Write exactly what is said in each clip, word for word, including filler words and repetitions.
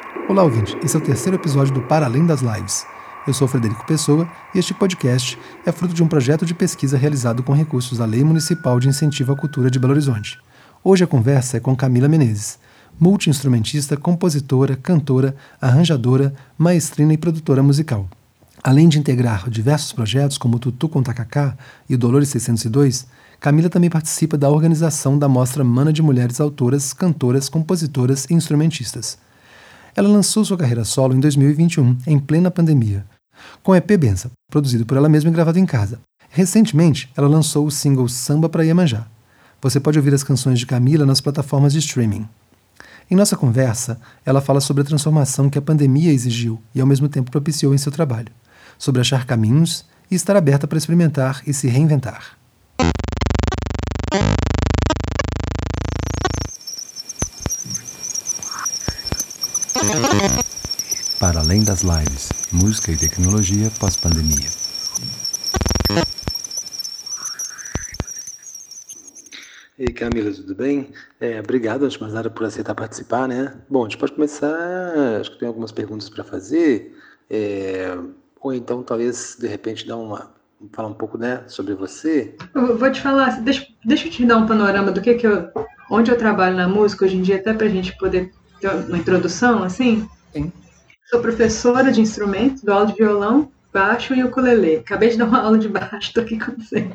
Olá, ouvinte. Esse é o terceiro episódio do Para Além das Lives. Eu sou Frederico Pessoa e este podcast é fruto de um projeto de pesquisa realizado com recursos da Lei Municipal de Incentivo à Cultura de Belo Horizonte. Hoje a conversa é com Camila Menezes, multi-instrumentista, compositora, cantora, arranjadora, maestrina e produtora musical. Além de integrar diversos projetos como o Tutu com Tacacá e o Dolores seiscentos e dois, Camila também participa da organização da Mostra Mana de Mulheres Autoras, Cantoras, Compositoras e Instrumentistas. Ela lançou sua carreira solo em dois mil e vinte e um, em plena pandemia, com o E P Bença, produzido por ela mesma e gravado em casa. Recentemente, ela lançou o single Samba pra Iemanjá. Você pode ouvir as canções de Camila nas plataformas de streaming. Em nossa conversa, ela fala sobre a transformação que a pandemia exigiu e ao mesmo tempo propiciou em seu trabalho, sobre achar caminhos e estar aberta para experimentar e se reinventar. Para Além das Lives, música e tecnologia pós-pandemia. E aí, Camila, tudo bem? É, obrigado, antes de mais nada, por aceitar participar, né? Bom, a gente pode começar, acho que tem algumas perguntas para fazer, é, ou então talvez, de repente, dar uma, falar um pouco, né, sobre você. Eu vou te falar, deixa, deixa eu te dar um panorama do que que eu, onde eu trabalho na música hoje em dia, até para a gente poder ter uma introdução, assim. Sim. Sou professora de instrumentos, dou aula de violão, baixo e ukulele. Acabei de dar uma aula de baixo, estou aqui com você.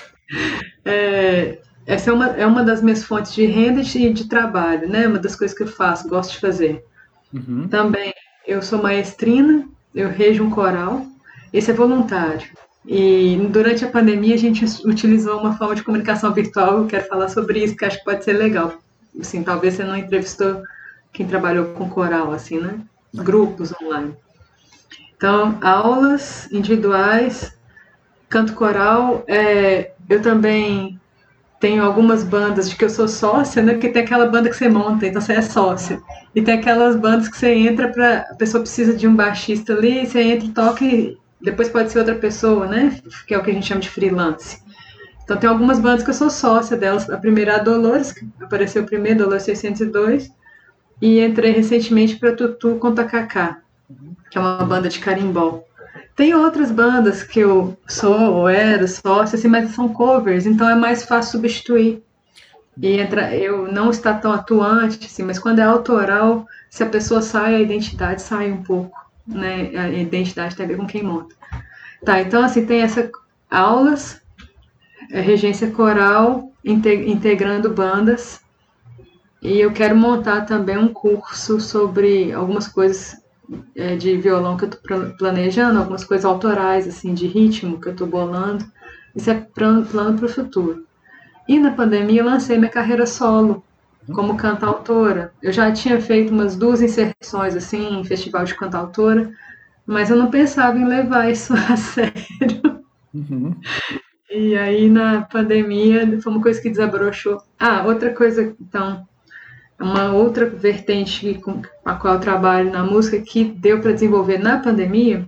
É, essa é uma, é uma das minhas fontes de renda e de, de trabalho, né? Uma das coisas que eu faço, gosto de fazer. Uhum. Também, eu sou maestrina, eu rejo um coral, esse é voluntário. E durante a pandemia a gente utilizou uma forma de comunicação virtual, eu quero falar sobre isso, que acho que pode ser legal. Assim, talvez você não entrevistou quem trabalhou com coral, assim, né? Grupos online. Então, aulas individuais, canto coral. É, eu também tenho algumas bandas de que eu sou sócia, né? Porque tem aquela banda que você monta, então você é sócia. E tem aquelas bandas que você entra para a pessoa precisa de um baixista ali, você entra e toca e depois pode ser outra pessoa, né? Que é o que a gente chama de freelance. Então tem algumas bandas que eu sou sócia delas. A primeira é a Dolores, que apareceu primeiro, Dolores seiscentos e dois. E entrei recentemente para Tutu com Tacacá, que é uma banda de carimbó. Tem outras bandas que eu sou ou era sócia, assim, mas são covers, então é mais fácil substituir. E entra, eu não está tão atuante, assim, mas quando é autoral, se a pessoa sai, a identidade sai um pouco, né? A identidade tem a ver com quem monta. Tá, então assim, tem essas aulas, regência coral, integrando bandas. E eu quero montar também um curso sobre algumas coisas é, de violão que eu estou planejando, algumas coisas autorais, assim, de ritmo que eu estou bolando. Isso é plano para o futuro. E na pandemia eu lancei minha carreira solo, como cantautora. Eu já tinha feito umas duas inserções, assim, em festival de cantautora, mas eu não pensava em levar isso a sério. Uhum. E aí na pandemia foi uma coisa que desabrochou. Ah, outra coisa, então... Uma outra vertente com a qual eu trabalho na música que deu para desenvolver na pandemia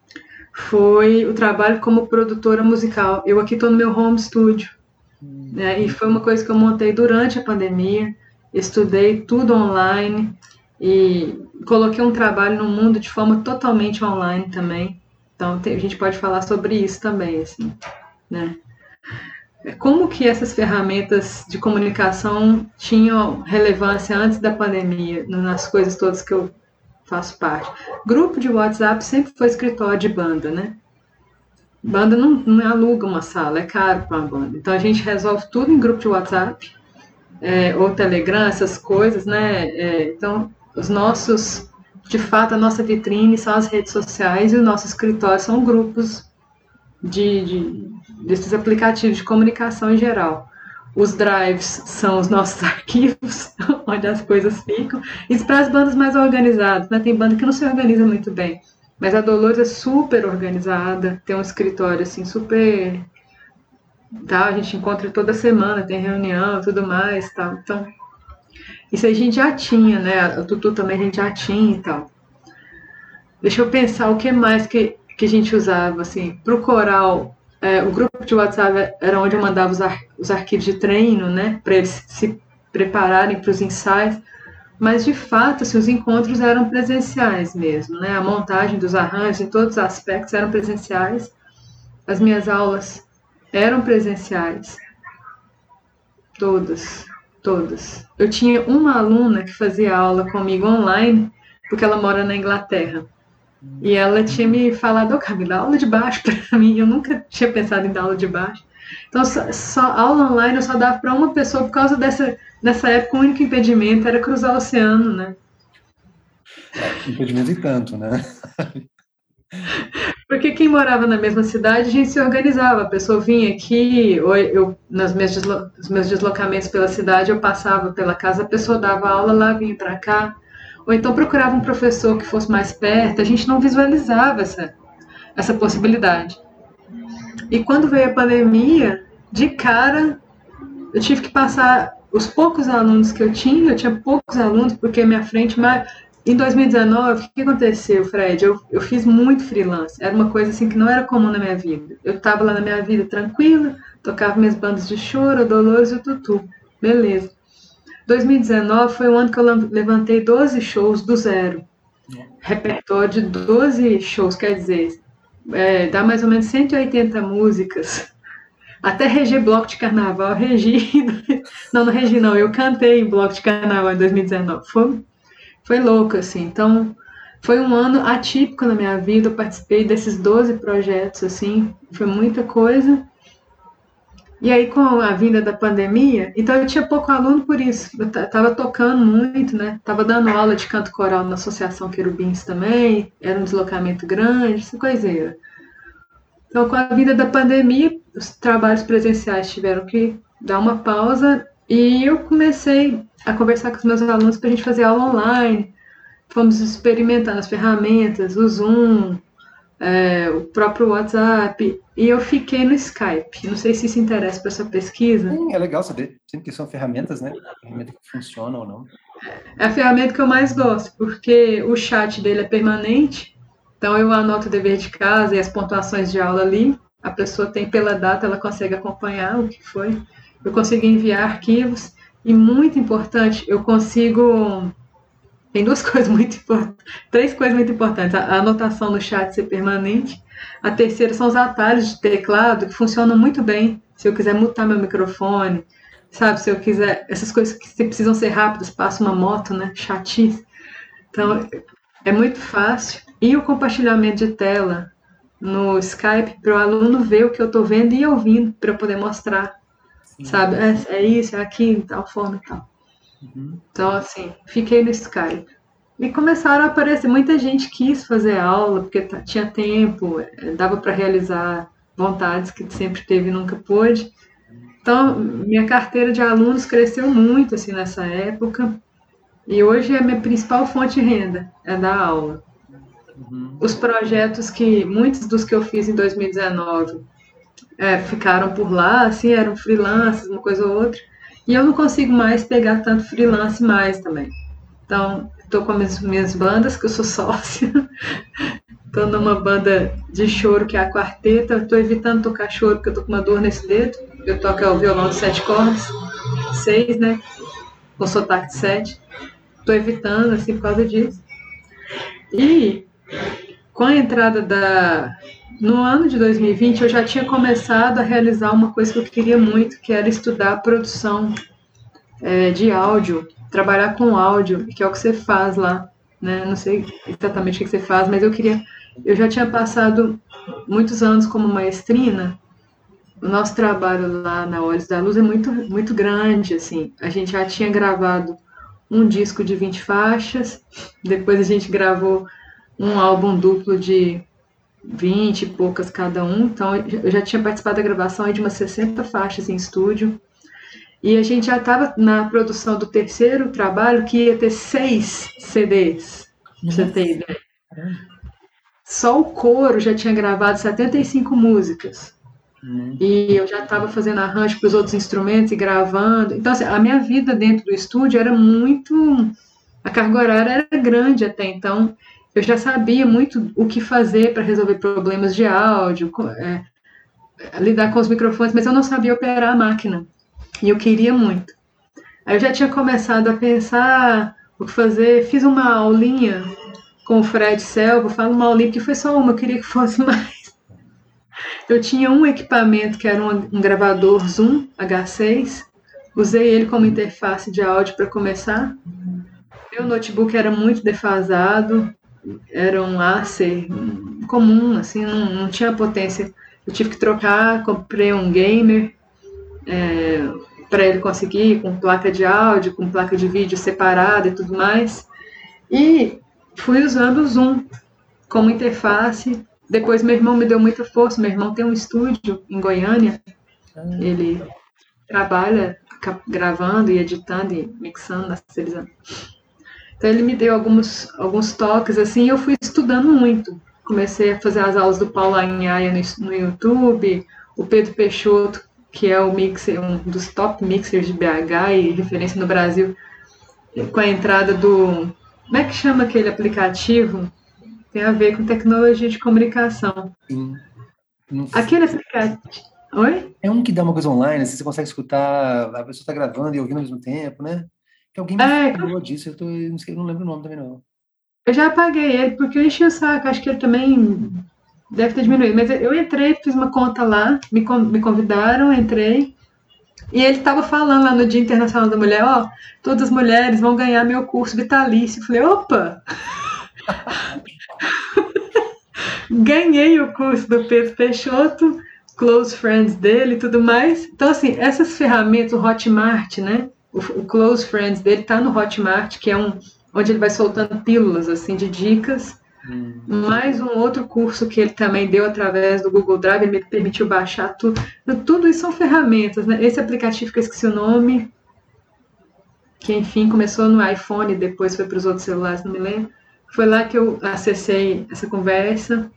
foi o trabalho como produtora musical. Eu aqui estou no meu home studio, hum. né, e foi uma coisa que eu montei durante a pandemia, estudei tudo online e coloquei um trabalho no mundo de forma totalmente online também. Então tem, a gente pode falar sobre isso também, assim, né? Como que essas ferramentas de comunicação tinham relevância antes da pandemia, nas coisas todas que eu faço parte? Grupo de WhatsApp sempre foi escritório de banda, né? Banda não, não aluga uma sala, é caro para uma banda. Então a gente resolve tudo em grupo de WhatsApp, é, ou Telegram, essas coisas, né? É, então, os nossos, de fato, a nossa vitrine são as redes sociais e o nosso escritório são grupos de... de desses aplicativos de comunicação em geral. Os drives são os nossos arquivos, onde as coisas ficam. Isso para as bandas mais organizadas, né? Tem banda que não se organiza muito bem. Mas a Dolores é super organizada, tem um escritório assim super... Tá? A gente encontra toda semana, tem reunião e tudo mais. Tá? Então, isso a gente já tinha, né? O Tutu também a gente já tinha e tal. Deixa eu pensar o que mais que, que a gente usava, assim, para o coral... É, o grupo de WhatsApp era onde eu mandava os, ar, os arquivos de treino, né, para eles se prepararem para os ensaios. mas de fato, assim, os encontros eram presenciais mesmo, né? A montagem dos arranjos, em todos os aspectos, eram presenciais. As minhas aulas eram presenciais, todas, todas. Eu tinha uma aluna que fazia aula comigo online, porque ela mora na Inglaterra. E ela tinha me falado, ô oh, Camila, aula de baixo para mim. Eu nunca tinha pensado em dar aula de baixo. Então, só, só aula online eu só dava para uma pessoa por causa dessa, nessa época o único impedimento era cruzar o oceano, né? É, impedimento e tanto, né? Porque quem morava na mesma cidade, a gente se organizava. A pessoa vinha aqui, ou eu, nos meus, deslo- nos meus deslocamentos pela cidade, eu passava pela casa, a pessoa dava aula lá, vinha para cá. Ou então procurava um professor que fosse mais perto. A gente não visualizava essa, essa possibilidade. E quando veio a pandemia, de cara, eu tive que passar os poucos alunos que eu tinha, eu tinha poucos alunos, porque a minha frente, mas em dois mil e dezenove, o que aconteceu, Fred? Eu, eu fiz muito freelance, era uma coisa assim que não era comum na minha vida. Eu estava lá na minha vida tranquila, tocava minhas bandas de choro, Dolores e o Tutu, beleza. dois mil e dezenove foi o ano que eu levantei doze shows do zero, repertório de doze shows, quer dizer, é, dá mais ou menos cento e oitenta músicas. Até regi bloco de carnaval, regi. Não, não regi, não. Eu cantei em bloco de carnaval em dois mil e dezenove. Foi, foi louco, assim. Então, foi um ano atípico na minha vida. Eu participei desses doze projetos, assim. Foi muita coisa. E aí, com a vinda da pandemia, então eu tinha pouco aluno por isso. Eu estava tocando muito, né? Estava dando aula de canto coral na Associação Querubins também. Era um deslocamento grande, essa coiseira. Então, com a vinda da pandemia, os trabalhos presenciais tiveram que dar uma pausa e eu comecei a conversar com os meus alunos para a gente fazer aula online. Fomos experimentando as ferramentas, o Zoom, é, o próprio WhatsApp, e eu fiquei no Skype. Não sei se isso interessa para sua pesquisa. Sim, é legal saber, sempre que são ferramentas, né? Ferramenta que funciona ou não. É a ferramenta que eu mais gosto, porque o chat dele é permanente. Então, eu anoto o dever de casa e as pontuações de aula ali. A pessoa tem pela data, ela consegue acompanhar o que foi. Eu consigo enviar arquivos. E, muito importante, eu consigo... Tem duas coisas muito importantes. Três coisas muito importantes. A anotação no chat ser permanente. A terceira são os atalhos de teclado, que funcionam muito bem. Se eu quiser mutar meu microfone, sabe? Se eu quiser... Essas coisas que precisam ser rápidas, passa uma moto, né? Chatice. Então, é muito fácil. E o compartilhamento de tela no Skype para o aluno ver o que eu estou vendo e ouvindo para eu poder mostrar, sim, sabe? É, é isso, é aquilo, tal forma e tal. Uhum. Então, assim, fiquei no Skype. E começaram a aparecer, muita gente quis fazer aula, porque tinha tempo, dava para realizar vontades que sempre teve e nunca pôde. Então, minha carteira de alunos cresceu muito, assim, nessa época. E hoje é a minha principal fonte de renda, é dar aula. Uhum. Os projetos que, muitos dos que eu fiz em dois mil e dezenove, é, ficaram por lá, assim, eram freelancers, uma coisa ou outra, e eu não consigo mais pegar tanto freelance mais também. Então, estou com as minhas bandas, que eu sou sócia, estou numa banda de choro, que é a quarteta, estou evitando tocar choro, porque eu estou com uma dor nesse dedo, eu toco o violão de sete cordas, seis, né, com sotaque de sete, estou evitando, assim, por causa disso. E com a entrada da... No ano de dois mil e vinte, eu já tinha começado a realizar uma coisa que eu queria muito, que era estudar produção é, de áudio, trabalhar com áudio, que é o que você faz lá, né? Não sei exatamente o que você faz, mas eu queria... Eu já tinha passado muitos anos como maestrina. O nosso trabalho lá na Olhos da Luz é muito, muito grande, assim. A gente já tinha gravado um disco de vinte faixas, depois a gente gravou um álbum duplo de vinte e poucas cada um, então eu já tinha participado da gravação aí de umas sessenta faixas em estúdio, e a gente já estava na produção do terceiro trabalho, que ia ter seis C Ds, pra você ter ideia. Só o coro já tinha gravado setenta e cinco músicas, uhum. E eu já estava fazendo arranjo para os outros instrumentos e gravando, então assim, a minha vida dentro do estúdio era muito... A carga horária era grande até então. Eu já sabia muito o que fazer para resolver problemas de áudio, é, lidar com os microfones, mas eu não sabia operar a máquina. E eu queria muito. Aí eu já tinha começado a pensar vou fazer, fiz uma aulinha com o Fred Selva, falo uma aulinha porque foi só uma, eu queria que fosse mais. Eu tinha um equipamento que era um, um gravador Zoom H seis, usei ele como interface de áudio para começar. Meu notebook era muito defasado, era um Acer comum, assim, não, não tinha potência. Eu tive que trocar, comprei um gamer é, para ele conseguir, com placa de áudio, com placa de vídeo separada e tudo mais. E fui usando o Zoom como interface. Depois meu irmão me deu muita força. Meu irmão tem um estúdio em Goiânia. Ele trabalha gravando e editando e mixando, masterizando. Então ele me deu alguns, alguns toques assim e eu fui estudando muito. Comecei a fazer as aulas do Paulo Anhaia no, no YouTube, o Pedro Peixoto, que é o mixer, um dos top mixers de B H e referência no Brasil, com a entrada do... Como é que chama aquele aplicativo? Tem a ver com tecnologia de comunicação. Sim. Aquele aplicativo... Oi? É um que dá uma coisa online, assim, você consegue escutar, a pessoa está gravando e ouvindo ao mesmo tempo, né? Que alguém me É, falou disso, eu, tô, eu não sei, eu não lembro o nome também, não. eu já apaguei ele, porque eu enchi o saco, acho que ele também deve ter diminuído. Mas eu entrei, fiz uma conta lá, me, me convidaram, entrei. E ele estava falando lá no Dia Internacional da Mulher, ó, todas as mulheres vão ganhar meu curso vitalício. Eu falei, opa! Ganhei o curso do Pedro Peixoto, close friends dele e tudo mais. Então, assim, essas ferramentas, o Hotmart, né? O, o close friends dele tá no Hotmart, que é um onde ele vai soltando pílulas, assim, de dicas. Hum. Mais um outro curso que ele também deu através do Google Drive, ele me permitiu baixar tudo. Tudo isso são ferramentas, né? Esse aplicativo que eu esqueci o nome, que enfim começou no iPhone, depois foi para os outros celulares, não me lembro. Foi lá que eu acessei essa conversa.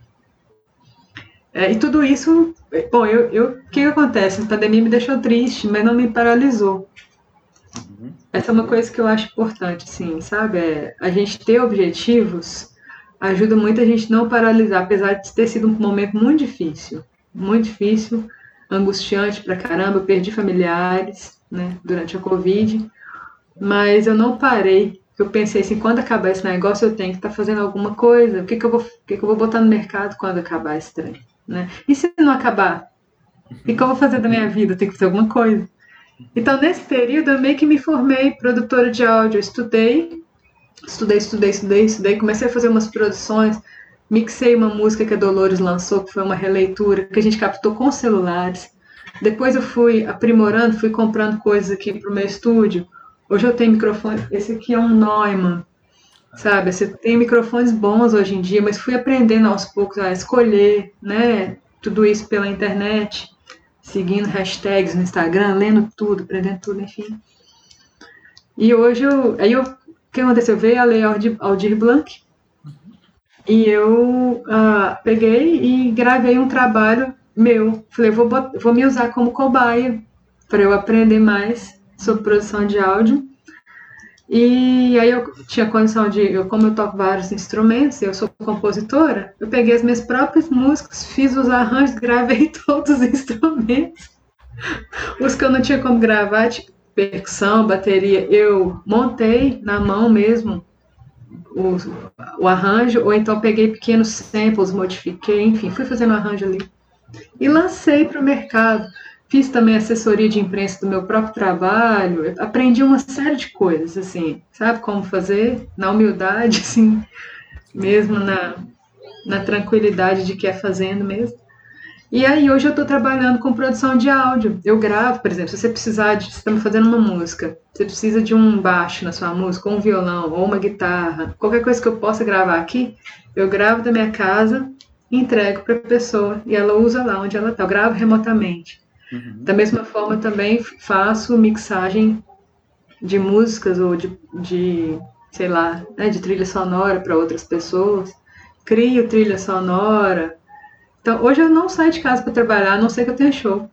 É, e tudo isso, bom, eu, eu, o que, que acontece? A pandemia me deixou triste, mas não me paralisou. Uhum. Essa é uma coisa que eu acho importante, assim, sabe? É, a gente ter objetivos ajuda muito a gente não paralisar, apesar de ter sido um momento muito difícil, muito difícil, angustiante pra caramba, eu perdi familiares, né, durante a Covid, mas eu não parei, eu pensei assim, quando acabar esse negócio eu tenho que estar tá fazendo alguma coisa, o que que eu vou, o que que eu vou botar no mercado quando acabar esse trem, né? E se não acabar? O que que eu vou fazer da minha vida? Eu tenho que fazer alguma coisa. Então, nesse período, eu meio que me formei produtora de áudio, eu estudei, Estudei, estudei, estudei, estudei, comecei a fazer umas produções, mixei uma música que a Dolores lançou, que foi uma releitura, que a gente captou com celulares. Depois eu fui aprimorando, fui comprando coisas aqui para o meu estúdio. Hoje eu tenho microfone, esse aqui é um Neumann, sabe? Você tem microfones bons hoje em dia, mas fui aprendendo aos poucos a escolher, né? Tudo isso pela internet, seguindo hashtags no Instagram, lendo tudo, aprendendo tudo, enfim. E hoje eu, aí eu o que aconteceu? Veio a Lei Aldir Blanc e eu uh, peguei e gravei um trabalho meu. Falei, vou, vou me usar como cobaia para eu aprender mais sobre produção de áudio. E aí eu tinha condição de, eu, como eu toco vários instrumentos, eu sou compositora, eu peguei as minhas próprias músicas, fiz os arranjos, gravei todos os instrumentos. Os que eu não tinha como gravar, tipo, percussão, bateria, eu montei na mão mesmo o, o arranjo, ou então peguei pequenos samples, modifiquei, enfim, fui fazendo arranjo ali. E lancei para o mercado. Fiz também assessoria de imprensa do meu próprio trabalho, aprendi uma série de coisas, assim, sabe como fazer, na humildade, assim, mesmo na, na tranquilidade de que é fazendo mesmo. E aí hoje eu estou trabalhando com produção de áudio. Eu gravo, por exemplo, se você precisar de, você está fazendo uma música, você precisa de um baixo na sua música, ou um violão, ou uma guitarra, qualquer coisa que eu possa gravar aqui, eu gravo da minha casa e entrego para a pessoa, e ela usa lá onde ela está. Eu gravo remotamente. Uhum. Da mesma forma, também faço mixagem de músicas ou de, de sei lá, né, de trilha sonora para outras pessoas. Crio trilha sonora. Então, hoje eu não saio de casa para trabalhar, a não ser que eu tenha show.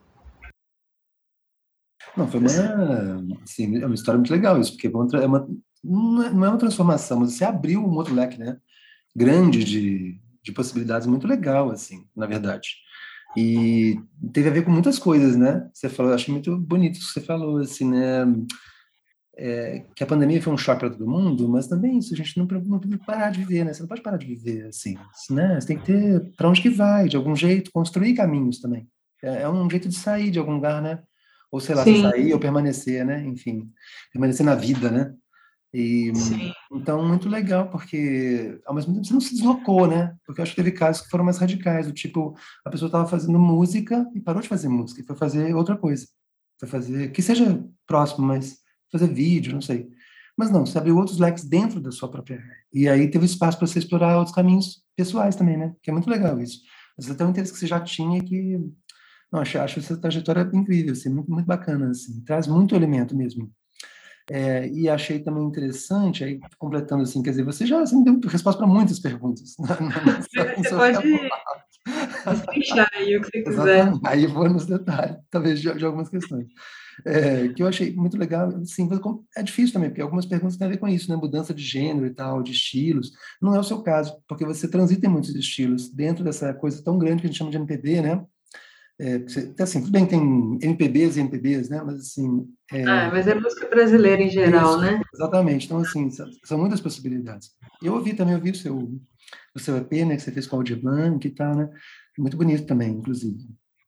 Não, foi uma, assim, é uma história muito legal isso, porque é uma, não é uma transformação, mas você abriu um outro leque, né, grande de, de possibilidades, muito legal, assim, na verdade. E teve a ver com muitas coisas, né? Você falou, acho muito bonito isso que você falou, assim, né? é, que a pandemia foi um choque para todo mundo, mas também isso, a gente não, não pode parar de viver, né? Você não pode parar de viver assim, né? Você tem que ter para onde que vai, de algum jeito, construir caminhos também. É, é um jeito de sair de algum lugar, né? Ou sei lá, se Sim, sair ou permanecer, né? Enfim, permanecer na vida, né? E, sim. então, muito legal, porque ao mesmo tempo você não se deslocou, né? Porque eu acho que teve casos que foram mais radicais, do tipo, a pessoa estava fazendo música e parou de fazer música, e foi fazer outra coisa. Foi fazer, que seja próximo, mas fazer vídeo, não sei. Mas não, você abriu outros leques dentro da sua própria área. E aí teve espaço para você explorar outros caminhos pessoais também, né? Que é muito legal isso. Às vezes até um interesse que você já tinha que... Não, acho, acho essa trajetória incrível, assim, muito, muito bacana, assim. Traz muito elemento mesmo. É, e achei também interessante, aí completando assim, quer dizer, você já assim, deu resposta para muitas perguntas na, na, nessa, no Você seu pode relato. destrinchar aí o que você quiser. Exatamente. Aí eu vou nos detalhes, talvez, de, de algumas questões. É, que eu achei muito legal, assim, é difícil também, porque algumas perguntas têm a ver com isso, né? Mudança de gênero e tal, de estilos. Não é o seu caso, porque você transita em muitos estilos, dentro dessa coisa tão grande que a gente chama de M P B, né? É, você, assim, tudo bem que tem M P Bs e M P Bs, né? Mas, assim, é, Ah, mas é música brasileira em geral, isso, né? exatamente. Então, assim, são, são muitas possibilidades. Eu ouvi também, ouvi o seu, o seu E P, né, que você fez com o Aldir Blanc e tal, né? Muito bonito também, inclusive.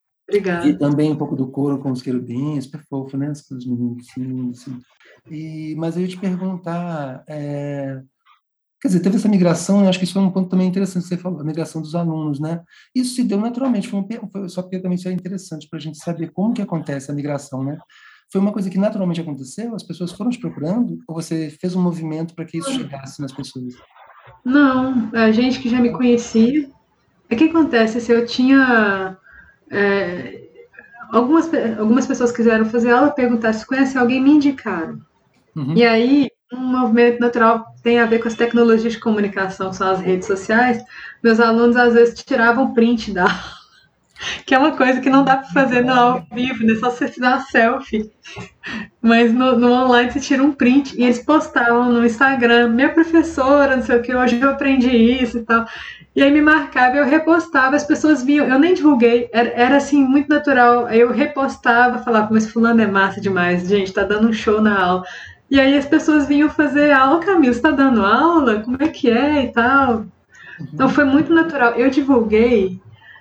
Vi Obrigada. também um pouco do coro com os querubins, super fofo, né? As coisas meninas, assim, assim. E, mas eu ia te perguntar, é, quer dizer, teve essa migração, eu acho que isso foi um ponto também interessante que você falou, a migração dos alunos, né? Isso se deu naturalmente, foi, um, foi só porque também isso é interessante para a gente saber como que acontece a migração, né? Foi uma coisa que naturalmente aconteceu? As pessoas foram te procurando? Ou você fez um movimento para que isso chegasse nas pessoas? Não, a gente que já me conhecia. O que acontece? Se eu tinha. é, algumas, pe- algumas pessoas quiseram fazer aula, perguntar se conhece alguém, me indicaram. E Uhum. aí, um movimento natural tem a ver com as tecnologias de comunicação, que são as redes sociais. Meus alunos às vezes tiravam print da que é uma coisa que não dá para fazer no ao vivo, né? Só você tirar uma selfie. Mas no, no online você tira um print e eles postavam no Instagram, minha professora, não sei o que, hoje eu aprendi isso e tal. E aí me marcava, eu repostava, as pessoas vinham, eu nem divulguei, era, era assim, muito natural. Aí eu repostava, falava, mas fulano é massa demais, gente, tá dando um show na aula. E aí as pessoas vinham fazer aula, Camila, você tá dando aula? Como é que é e tal? Então Uhum. foi muito natural. Eu divulguei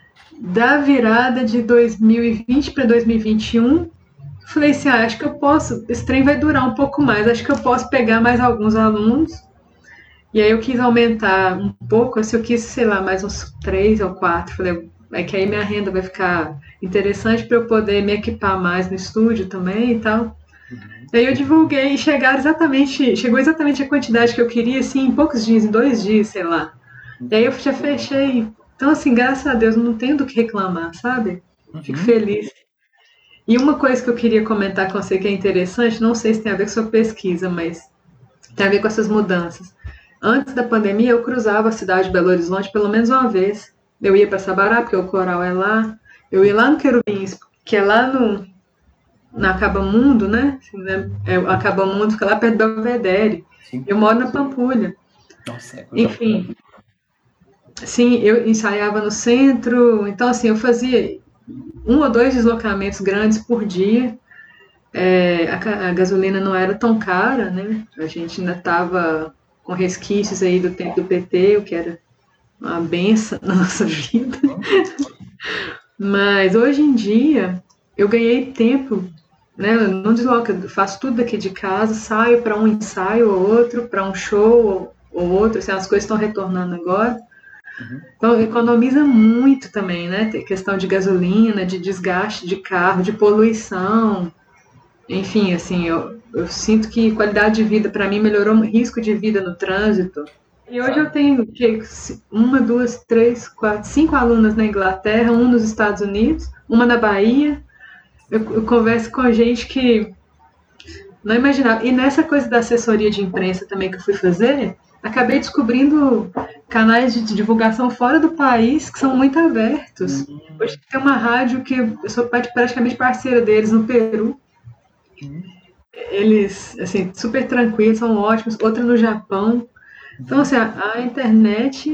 da virada de dois mil e vinte para dois mil e vinte e um. Falei assim, ah, acho que eu posso, esse trem vai durar um pouco mais, acho que eu posso pegar mais alguns alunos. E aí eu quis aumentar um pouco, assim, eu quis, sei lá, mais uns três ou quatro. Falei, é que aí minha renda vai ficar interessante para eu poder me equipar mais no estúdio também e tal. Uhum. Aí eu divulguei e chegaram exatamente, chegou exatamente a quantidade que eu queria, assim, em poucos dias, em dois dias, sei lá. E aí eu já fechei. Então, assim, graças a Deus, não tenho do que reclamar, sabe? Fico Uhum. feliz. E uma coisa que eu queria comentar com você que é interessante, não sei se tem a ver com sua pesquisa, mas tem a ver com essas mudanças. Antes da pandemia, eu cruzava a cidade de Belo Horizonte pelo menos uma vez. Eu ia para Sabará, porque o coral é lá. Eu ia lá no Querubins, que é lá no, na Acabamundo, né? Assim, né? É, Acabamundo fica lá perto do Belvedere. Sim. Eu moro na Pampulha. Nossa, é coisa. Enfim, sim, eu ensaiava no centro. Então, assim, eu fazia um ou dois deslocamentos grandes por dia. É, a, a gasolina não era tão cara, né? A gente ainda estava com resquícios aí do tempo do P T, o que era uma benção na nossa vida. Mas hoje em dia eu ganhei tempo, né? Eu não desloco, eu faço tudo daqui de casa, saio para um ensaio ou outro, para um show ou, ou outro, assim, as coisas estão retornando agora. Uhum. Então economiza muito também, né? Tem questão de gasolina, de desgaste de carro, de poluição. Enfim, assim, eu, eu sinto que qualidade de vida para mim melhorou, risco de vida no trânsito. E hoje eu tenho que, uma, duas, três, quatro, cinco alunas na Inglaterra, um nos Estados Unidos, uma na Bahia. Eu, eu converso com gente que não imaginava. E nessa coisa da assessoria de imprensa também que eu fui fazer, acabei descobrindo canais de divulgação fora do país que são muito abertos. Uhum. Hoje tem uma rádio que eu sou praticamente parceira deles no Peru. Uhum. Eles, assim, super tranquilos, são ótimos. Outra no Japão. Então, Uhum. assim, a, a internet,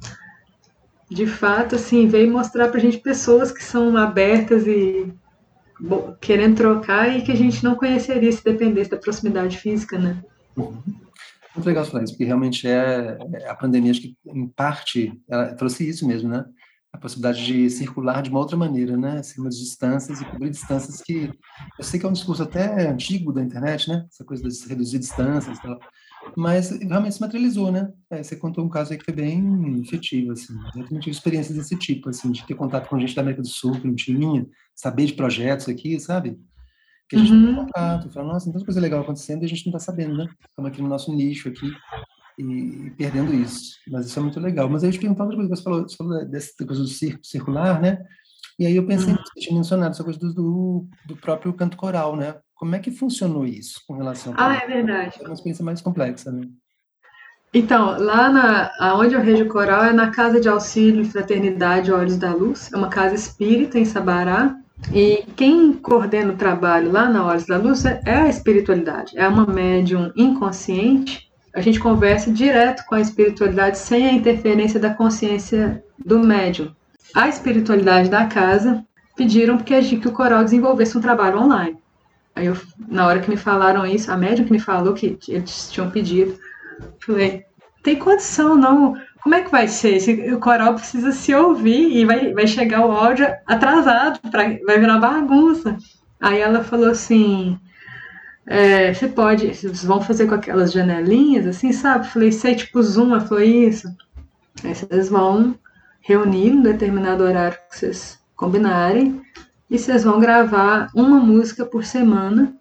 de fato, assim, veio mostrar pra gente pessoas que são abertas e, querendo trocar e que a gente não conheceria se dependesse da proximidade física, né? Uhum. Muito legal falar isso, porque realmente é, é a pandemia, acho que em parte, ela trouxe isso mesmo, né? A possibilidade de circular de uma outra maneira, né? Acima de distâncias e cobrir distâncias que eu sei que é um discurso até antigo da internet, né? Essa coisa de reduzir distâncias e tal, mas realmente se materializou, né? É, você contou um caso aí que foi bem efetivo, assim. Eu também tive experiências desse tipo, assim, de ter contato com gente da América do Sul que não tinha, saber de projetos aqui, sabe? Que a gente não tem Uhum. contato, fala, nossa, tem tanta coisa legal acontecendo e a gente não está sabendo, né? Estamos aqui no nosso nicho aqui e, e perdendo isso. Mas isso é muito legal. Mas aí eu te perguntar outra coisa, você falou, você falou dessa coisa do circo circular, né? E aí eu pensei, Uhum. você tinha mencionado essa coisa do, do, do próprio canto coral, né? Como é que funcionou isso com relação, por Ah, exemplo, é verdade. é uma experiência mais complexa, né? Então, lá na, aonde eu rejo coral é na Casa de Auxílio e Fraternidade Olhos da Luz, é uma casa espírita em Sabará, e quem coordena o trabalho lá na Olhos da Luz é é a espiritualidade, é uma médium inconsciente, a gente conversa direto com a espiritualidade sem a interferência da consciência do médium. A espiritualidade da casa pediram que, a gente- que o coral desenvolvesse um trabalho online. Aí eu, na hora que me falaram isso, a médium que me falou que eles tinham pedido, falei, tem condição, não. Como é que vai ser? Esse, o coral precisa se ouvir e vai, vai chegar o áudio atrasado, pra, vai virar bagunça. Aí ela falou assim: é, você pode, vocês vão fazer com aquelas janelinhas, assim, sabe? Falei, sei, tipo Zoom, ela falou isso. Aí vocês vão reunir num determinado horário que vocês combinarem e vocês vão gravar uma música por semana.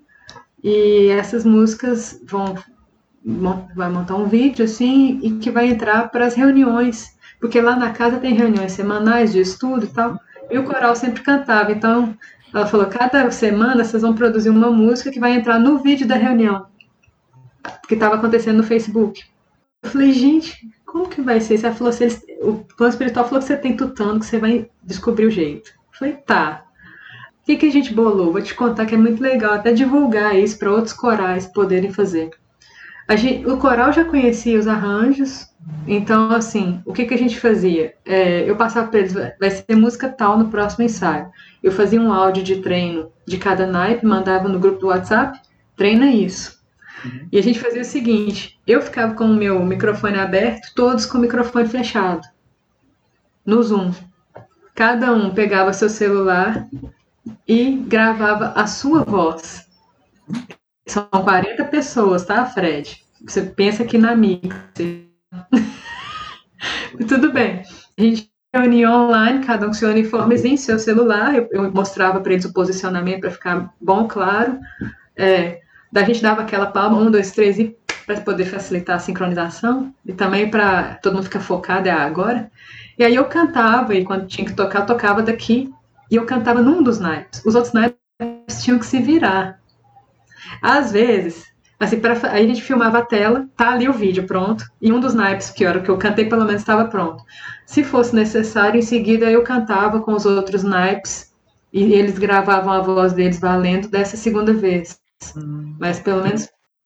E essas músicas vão vai montar um vídeo assim e que vai entrar para as reuniões, porque lá na casa tem reuniões semanais de estudo e tal, e o coral sempre cantava. Então ela falou: cada semana vocês vão produzir uma música que vai entrar no vídeo da reunião, que estava acontecendo no Facebook. Eu falei: gente, como que vai ser? Ela falou: se eles, o plano espiritual falou que você tem tutano, que você vai descobrir o jeito. Eu falei: tá. O que, que a gente bolou? Vou te contar que é muito legal até divulgar isso para outros corais poderem fazer. A gente, o coral já conhecia os arranjos, então, assim, o que, que a gente fazia? É, eu passava para eles, vai ser música tal no próximo ensaio. Eu fazia um áudio de treino de cada naipe, mandava no grupo do WhatsApp, treina isso. Uhum. E a gente fazia o seguinte, eu ficava com o meu microfone aberto, todos com o microfone fechado, no Zoom. Cada um pegava seu celular e gravava a sua voz. São quarenta pessoas, tá, Fred? Você pensa que na mix. Tudo bem. A gente reunia online, cada um com seu uniformezinho, seu celular. Eu, eu mostrava para eles o posicionamento para ficar bom, claro. É, daí a gente dava aquela palma, um, dois, três, e para poder facilitar a sincronização e também para todo mundo ficar focado é agora. E aí eu cantava, e quando tinha que tocar, eu tocava daqui. E eu cantava num dos naipes. Os outros naipes tinham que se virar. Às vezes, assim, pra, aí a gente filmava a tela, tá ali o vídeo pronto, e um dos naipes, que era o que eu cantei, pelo menos estava pronto. Se fosse necessário, em seguida eu cantava com os outros naipes, e eles gravavam a voz deles valendo dessa segunda vez. Hum. Mas pelo menos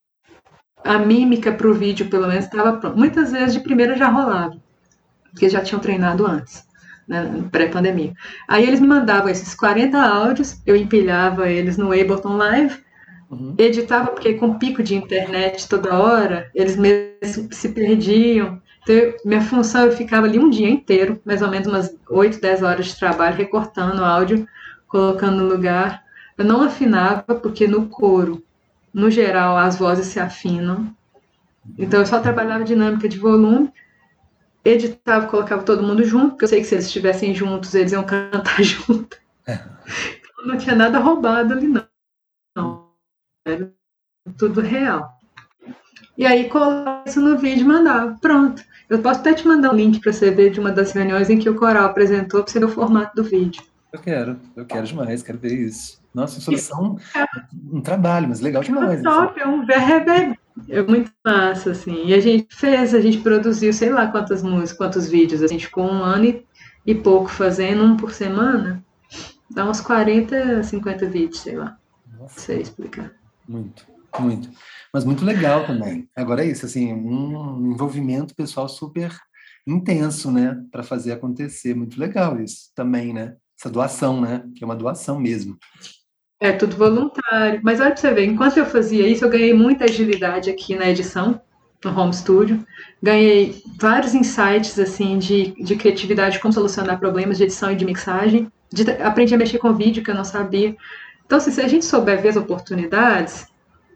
a mímica para o vídeo, pelo menos, estava pronta. Muitas vezes de primeira já rolava, porque já tinham treinado antes, né, pré-pandemia. Aí eles me mandavam esses quarenta áudios, eu empilhava eles no Ableton Live, Uhum. editava, porque com pico de internet toda hora, eles mesmos se perdiam. Então, eu, minha função, eu ficava ali um dia inteiro, mais ou menos umas oito, dez horas de trabalho, recortando o áudio, colocando no lugar. Eu não afinava, porque no coro, no geral, as vozes se afinam. Então, eu só trabalhava dinâmica de volume, editava, colocava todo mundo junto, porque eu sei que se eles estivessem juntos, eles iam cantar junto. Não tinha nada roubado ali, não. Era tudo real. E aí coloca isso no vídeo e mandava. Pronto. Eu posso até te mandar um link para você ver de uma das reuniões em que o Coral apresentou, para você ver o formato do vídeo. Eu quero, eu quero demais, quero ver isso. Nossa, Isso solução, um trabalho, mas legal é um demais. Assim. top, é um verbo. É muito massa, assim. E a gente fez, a gente produziu, sei lá quantas músicas, quantos vídeos. A gente ficou um ano e, e pouco fazendo, um por semana. Dá uns quarenta, cinquenta vídeos, sei lá. Não Nossa, sei explicar. muito, muito. Mas muito legal também. Agora é isso, assim, um envolvimento pessoal super intenso, né, para fazer acontecer. Muito legal isso também, né? essa doação, né? Que é uma doação mesmo. É tudo voluntário. Mas olha para você ver, enquanto eu fazia isso, eu ganhei muita agilidade aqui na edição, no Home Studio. Ganhei vários insights assim de, de criatividade, como solucionar problemas de edição e de mixagem. De, aprendi a mexer com vídeo que eu não sabia. Então, assim, se a gente souber ver as oportunidades,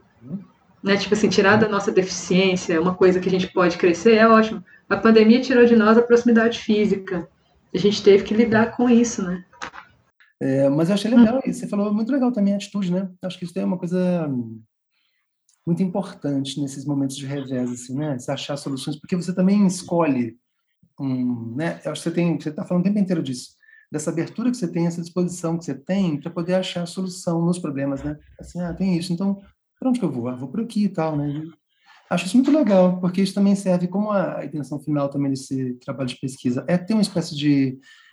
né, tipo assim, tirar da nossa deficiência uma coisa que a gente pode crescer, é ótimo. A pandemia tirou de nós a proximidade física. A gente teve que lidar com isso, né? É, mas eu achei legal isso. Você falou muito legal também a atitude, né? Acho que isso é uma coisa muito importante nesses momentos de revés, assim, né? Você achar soluções, porque você também escolhe, um, né? Eu acho que você tem, você está falando o tempo inteiro disso, dessa abertura que você tem, essa disposição que você tem para poder achar a solução nos problemas, né? Assim, ah, tem isso, então, para onde que eu vou? Ah, vou por aqui e tal, né? E acho isso muito legal, porque isso também serve como a intenção final também desse trabalho de pesquisa, é ter uma espécie de,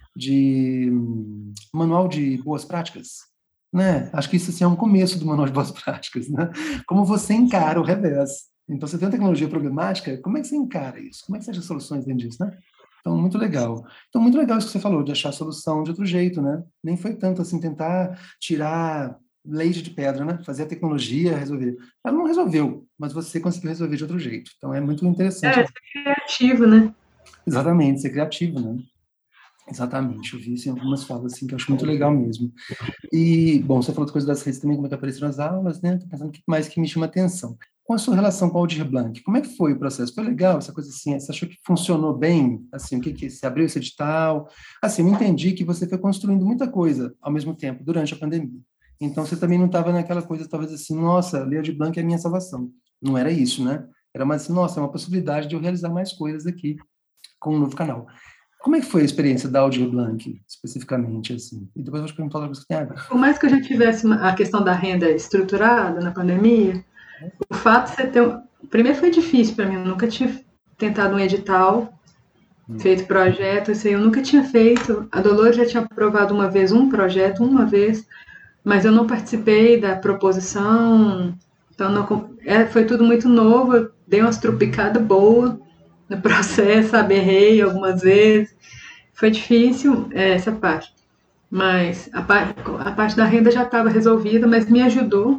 de hum, manual de boas práticas, né? Acho que isso assim, é um começo do manual de boas práticas, né? Como você encara o revés. Então, você tem uma tecnologia problemática, como é que você encara isso? Como é que você acha soluções dentro disso, né? Então, muito legal. Então, muito legal isso que você falou, de achar a solução de outro jeito, né? Nem foi tanto assim, tentar tirar leite de pedra, né? Fazer a tecnologia resolver. Ela não resolveu, mas você conseguiu resolver de outro jeito. Então, é muito interessante. É, ser criativo, né? Exatamente, ser criativo, né? Exatamente, eu vi isso em algumas falas, assim, que eu acho muito legal mesmo. E, bom, você falou de coisa das redes também, como é que apareceram as aulas, né? Tô pensando o que mais que me chama atenção. Com a sua relação com o Aldir Blanc, como é que foi o processo? Foi legal essa coisa assim? Você achou que funcionou bem? Assim, o que que você abriu esse edital? Assim, eu entendi que você foi construindo muita coisa ao mesmo tempo, durante a pandemia. Então, você também não estava naquela coisa, talvez assim, nossa, ler Aldir Blanc é a minha salvação. Não era isso, né? Era mais assim, nossa, é uma possibilidade de eu realizar mais coisas aqui com um novo canal. Como é que foi a experiência da Aldir Blanc, especificamente, assim? E depois eu vou te perguntar outra coisa que tem a ver. Por mais que eu já tivesse a questão da renda estruturada na pandemia, o fato de você ter... Um... Primeiro foi difícil para mim, eu nunca tinha tentado um edital, hum. feito projeto, assim, eu nunca tinha feito. A Dolores já tinha aprovado uma vez um projeto, uma vez, mas eu não participei da proposição, então não... é, foi tudo muito novo, eu dei umas trupicadas boas no processo, sabe, errei algumas vezes. Foi difícil é, essa parte, mas a, par, a parte da renda já estava resolvida, mas me ajudou,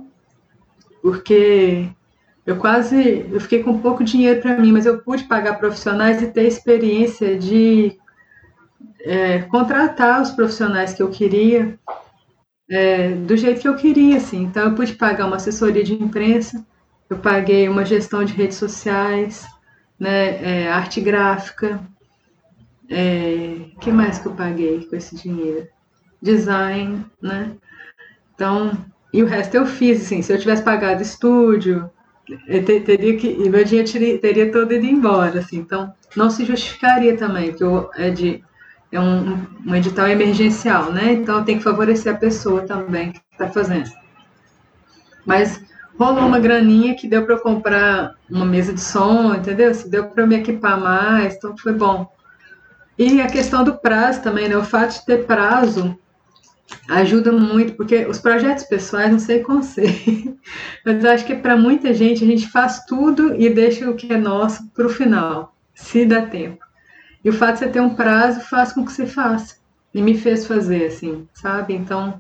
porque eu quase, eu fiquei com pouco dinheiro para mim, mas eu pude pagar profissionais e ter experiência de é, contratar os profissionais que eu queria, é, do jeito que eu queria, assim. Então eu pude pagar uma assessoria de imprensa, eu paguei uma gestão de redes sociais, né, é, arte gráfica. O é, que mais que eu paguei com esse dinheiro? Design, né? Então, e o resto eu fiz, assim, se eu tivesse pagado estúdio, eu te, teria que, e meu dinheiro teria, teria todo ido embora, assim, então não se justificaria também, porque eu, é, de, é um, um edital emergencial, né? Então tem que favorecer a pessoa também que está fazendo. Mas rolou uma graninha que deu para eu comprar uma mesa de som, entendeu? Se deu para eu me equipar mais, então foi bom. E a questão do prazo também, né? O fato de ter prazo ajuda muito, porque os projetos pessoais, não sei com você, mas eu acho que para muita gente, a gente faz tudo e deixa o que é nosso para o final, se dá tempo. E o fato de você ter um prazo faz com que você faça. E me fez fazer, assim, sabe? Então,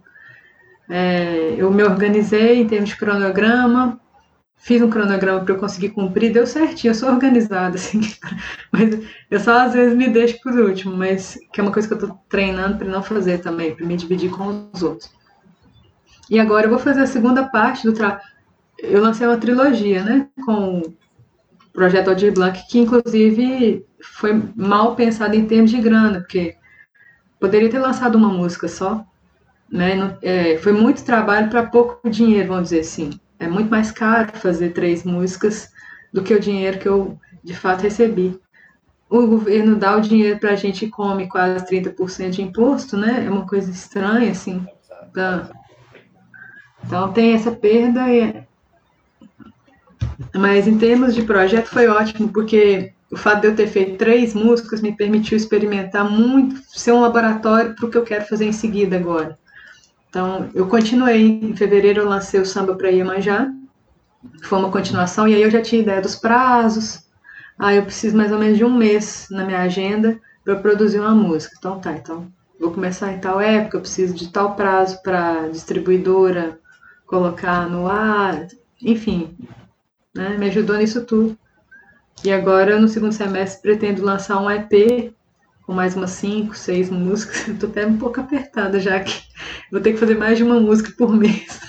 é, eu me organizei em termos de cronograma, fiz um cronograma para eu conseguir cumprir, deu certinho, eu sou organizada, assim, mas eu só às vezes me deixo por último, mas que é uma coisa que eu estou treinando para não fazer também, para me dividir com os outros. E agora eu vou fazer a segunda parte do trabalho. Eu lancei uma trilogia, né, com o projeto Aldir Blanc, que inclusive foi mal pensado em termos de grana, porque poderia ter lançado uma música só, né, é, foi muito trabalho para pouco dinheiro, vamos dizer assim. É muito mais caro fazer três músicas do que o dinheiro que eu, de fato, recebi. O governo dá o dinheiro para a gente e come quase trinta por cento de imposto, né? É uma coisa estranha, assim. Então, então tem essa perda. E... Mas, em termos de projeto, foi ótimo, porque o fato de eu ter feito três músicas me permitiu experimentar muito, ser um laboratório para o que eu quero fazer em seguida agora. Então, eu continuei. Em fevereiro eu lancei o Samba para Iemanjá, que foi uma continuação, e aí eu já tinha ideia dos prazos. Ah, eu preciso mais ou menos de um mês na minha agenda para eu produzir uma música. Então tá, então vou começar em tal época, eu preciso de tal prazo para distribuidora colocar no ar, enfim, né? Me ajudou nisso tudo. E agora, no segundo semestre, pretendo lançar um E P com mais umas cinco, seis músicas. Estou até um pouco apertada, já que vou ter que fazer mais de uma música por mês.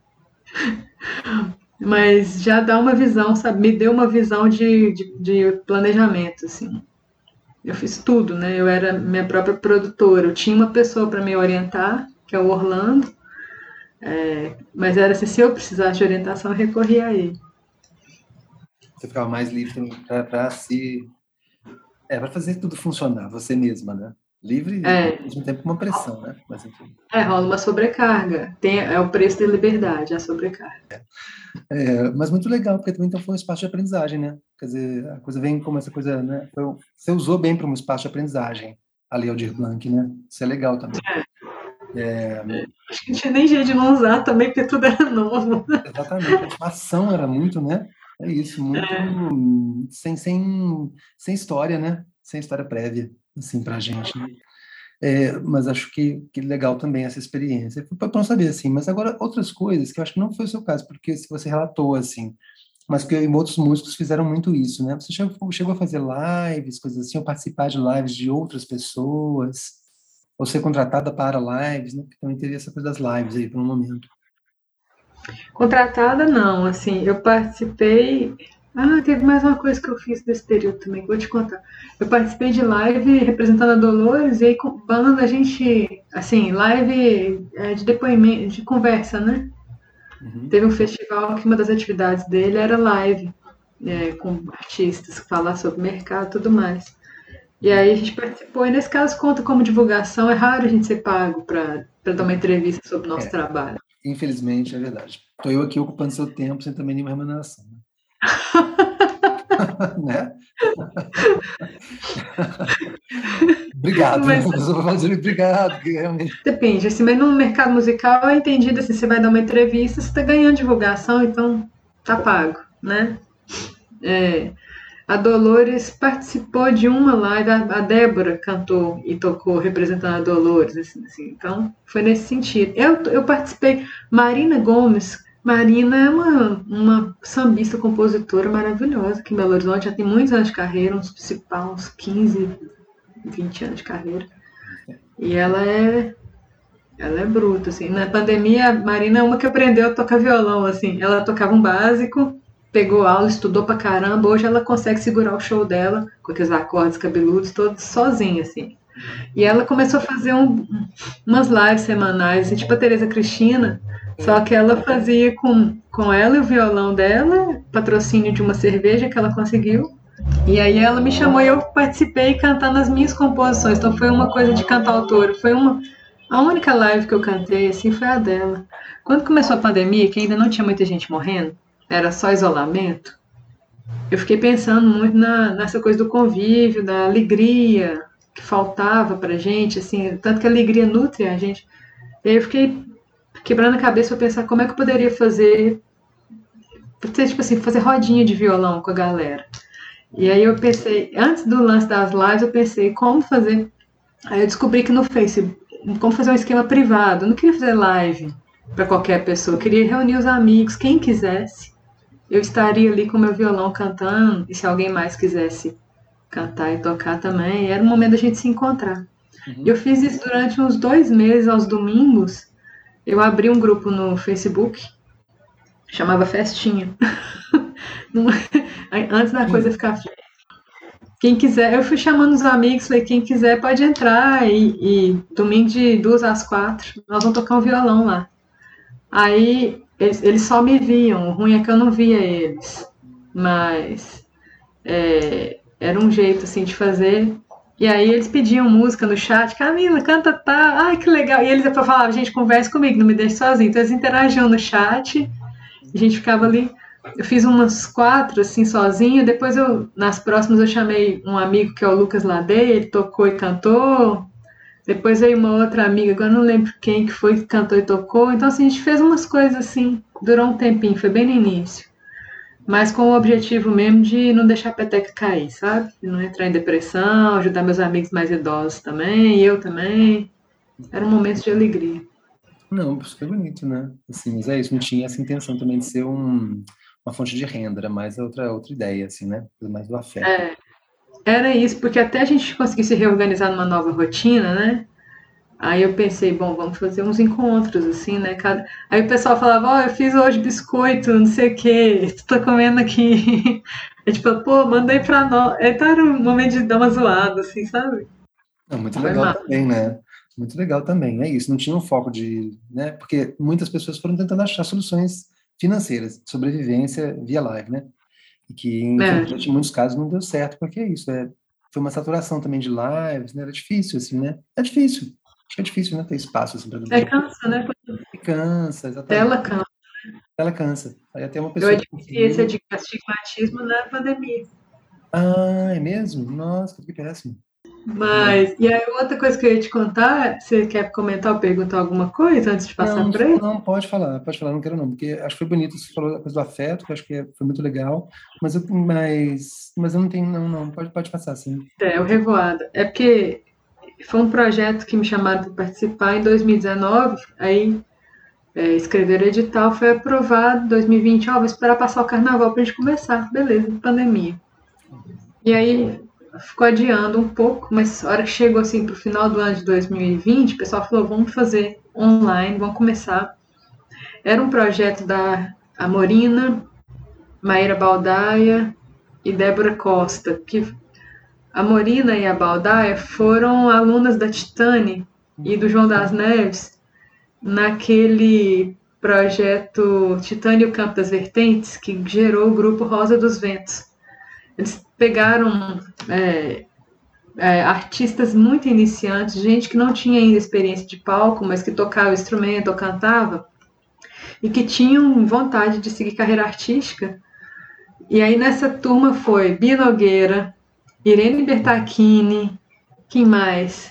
Mas já dá uma visão, sabe? Me deu uma visão de, de, de planejamento, assim. Eu fiz tudo, né? Eu era minha própria produtora. Eu tinha uma pessoa para me orientar, que é o Orlando. É, mas era assim, se eu precisasse de orientação, eu recorria a ele. Você ficava mais livre para se... É, para fazer tudo funcionar, você mesma, né? Livre e É, ao mesmo tempo com uma pressão, né? Mas, enfim. é, rola uma sobrecarga. Tem, é o preço da liberdade, a sobrecarga. É, mas muito legal, porque também então foi um espaço de aprendizagem, né? Quer dizer, a coisa vem como essa coisa, né? Foi, você usou bem para um espaço de aprendizagem, ali Aldir Blanc, né? Isso é legal também. É, Acho que não tinha nem jeito de não usar também, porque tudo era novo. exatamente, a ação era muito, né? É isso, muito hum, sem, sem, sem história, né? Sem história prévia, assim, pra gente, né? É, mas acho que, que legal também essa experiência. Para não saber, assim, mas agora outras coisas que eu acho que não foi o seu caso, porque se você relatou, assim, mas que outros músicos fizeram muito isso, né? Você chegou, chegou a fazer lives, coisas assim, ou participar de lives de outras pessoas, ou ser contratada para lives, né? Porque também teria essa coisa das lives aí, por um momento. Contratada, não. Assim, eu participei. Ah, teve mais uma coisa que eu fiz desse período também, vou te contar. Eu participei de live representando a Dolores, e aí com banda a gente. Assim, live é, de depoimento, de conversa, né? Uhum. Teve um festival que uma das atividades dele era live, é, com artistas que falavam sobre o mercado e tudo mais. E aí a gente participou, e nesse caso conta como divulgação, é raro a gente ser pago para dar uma entrevista sobre o nosso É, trabalho. infelizmente, é verdade. Estou eu aqui ocupando seu tempo sem também nenhuma remuneração. Né? Obrigado, Mas né? Só fazer obrigado, que realmente. depende, assim, mas no mercado musical é entendido assim, você vai dar uma entrevista, você está ganhando divulgação, então tá pago, né? É, a Dolores participou de uma live, a, a Débora cantou e tocou representando a Dolores, assim, assim, então foi nesse sentido. Eu, eu participei, Marina Gomes, Marina é uma, uma sambista compositora maravilhosa aqui em Belo Horizonte, já tem muitos anos de carreira, uns, uns quinze, vinte anos de carreira. E ela é Ela é bruta, assim. Na pandemia, a Marina é uma que aprendeu a tocar violão, assim. Ela tocava um básico, pegou aula, estudou pra caramba. Hoje ela consegue segurar o show dela, com aqueles acordes cabeludos, todos sozinha, assim. E ela começou a fazer um, umas lives semanais, assim, tipo a Tereza Cristina, só que ela fazia com, com ela e o violão dela, patrocínio de uma cerveja que ela conseguiu. E aí ela me chamou e eu participei cantando as minhas composições. Então foi uma coisa de cantautora. Foi uma. A única live que eu cantei assim foi a dela. Quando começou a pandemia, que ainda não tinha muita gente morrendo, era só isolamento, eu fiquei pensando muito na, nessa coisa do convívio, da alegria que faltava pra gente, assim, tanto que a alegria nutre a gente. E aí eu fiquei quebrando a cabeça pra pensar como é que eu poderia fazer, tipo assim, fazer rodinha de violão com a galera. E aí eu pensei, antes do lance das lives, eu pensei como fazer. Aí eu descobri que no Facebook, como fazer um esquema privado. Eu não queria fazer live para qualquer pessoa, eu queria reunir os amigos, quem quisesse. Eu estaria ali com meu violão cantando, e se alguém mais quisesse cantar e tocar também, era o momento da gente se encontrar. Uhum. Eu fiz isso durante uns dois meses, aos domingos. Eu abri um grupo no Facebook, chamava Festinha. Antes da coisa ficar feia. Quem quiser, eu fui chamando os amigos, falei, quem quiser pode entrar, e, e domingo de duas às quatro, nós vamos tocar um violão lá. Aí, eles, eles só me viam, o ruim é que eu não via eles, mas é, era um jeito, assim, de fazer. E aí eles pediam música no chat, Camila, canta tá, ai que legal. E eles falavam, gente, converse comigo, não me deixe sozinho. Então eles interagiam no chat, a gente ficava ali. Eu fiz umas quatro, assim, sozinha. Depois, eu, nas próximas, eu chamei um amigo que é o Lucas Ladeia, ele tocou e cantou. Depois veio uma outra amiga, agora não lembro quem que foi que cantou e tocou. Então, assim, a gente fez umas coisas assim, durou um tempinho, foi bem no início. Mas com o objetivo mesmo de não deixar a peteca cair, sabe? De não entrar em depressão, ajudar meus amigos mais idosos também, e eu também. Era um momento de alegria. Não, super bonito, né? Assim, mas é isso, não tinha essa intenção também de ser um, uma fonte de renda, era mais outra, outra ideia, assim, né? Mais do afeto. É, era isso, porque até a gente conseguir se reorganizar numa nova rotina, né? Aí eu pensei, bom, vamos fazer uns encontros, assim, né? Cada... Aí o pessoal falava, ó, oh, eu fiz hoje biscoito, não sei o quê, tu tá comendo aqui. A gente falou, pô, mandei pra nós. Então era um momento de dar uma zoada, assim, sabe? Não, muito Foi legal massa. também, né? Muito legal também, é isso, não tinha um foco de, né? Porque muitas pessoas foram tentando achar soluções financeiras, sobrevivência via live, né? E que, É, infelizmente, em muitos casos não deu certo, porque é isso, é, foi uma saturação também de lives, né? Era difícil, assim, né? É difícil, acho que é difícil, né? Ter espaço, assim, para todo é mundo. cansa, né? E cansa, exatamente. Tela cansa. Ela cansa. Aí até uma Eu pessoa que adquiri esse conseguiu. astigmatismo na pandemia. Ah, é mesmo? Nossa, que péssimo. Mas, e aí outra coisa que eu ia te contar, você quer comentar ou perguntar alguma coisa antes de passar Não, para ele? não, pode falar, pode falar, não quero não, porque acho que foi bonito, você falou a coisa do afeto, que eu acho que é- foi muito legal, mas eu, mas, mas eu não tenho, não, não, pode, pode passar, sim. É, o Revoada. É porque foi um projeto que me chamaram para participar em dois mil e dezenove, aí é, escreveram o edital, foi aprovado em dois mil e vinte, ó, vou esperar passar o carnaval para a gente começar, beleza, pandemia. E aí ficou adiando um pouco, mas a hora que chegou assim pro final do ano de dois mil e vinte, o pessoal falou, vamos fazer online, vamos começar. Era um projeto da Amorina, Maíra Baldaia e Débora Costa, que a Morina e a Baldaia foram alunas da Titane e do João das Neves naquele projeto Titane e o Campo das Vertentes, que gerou o grupo Rosa dos Ventos. Eles pegaram é, é, artistas muito iniciantes, gente que não tinha ainda experiência de palco, mas que tocava instrumento ou cantava, e que tinham vontade de seguir carreira artística. E aí nessa turma foi Bia Nogueira, Irene Bertacchini, quem mais?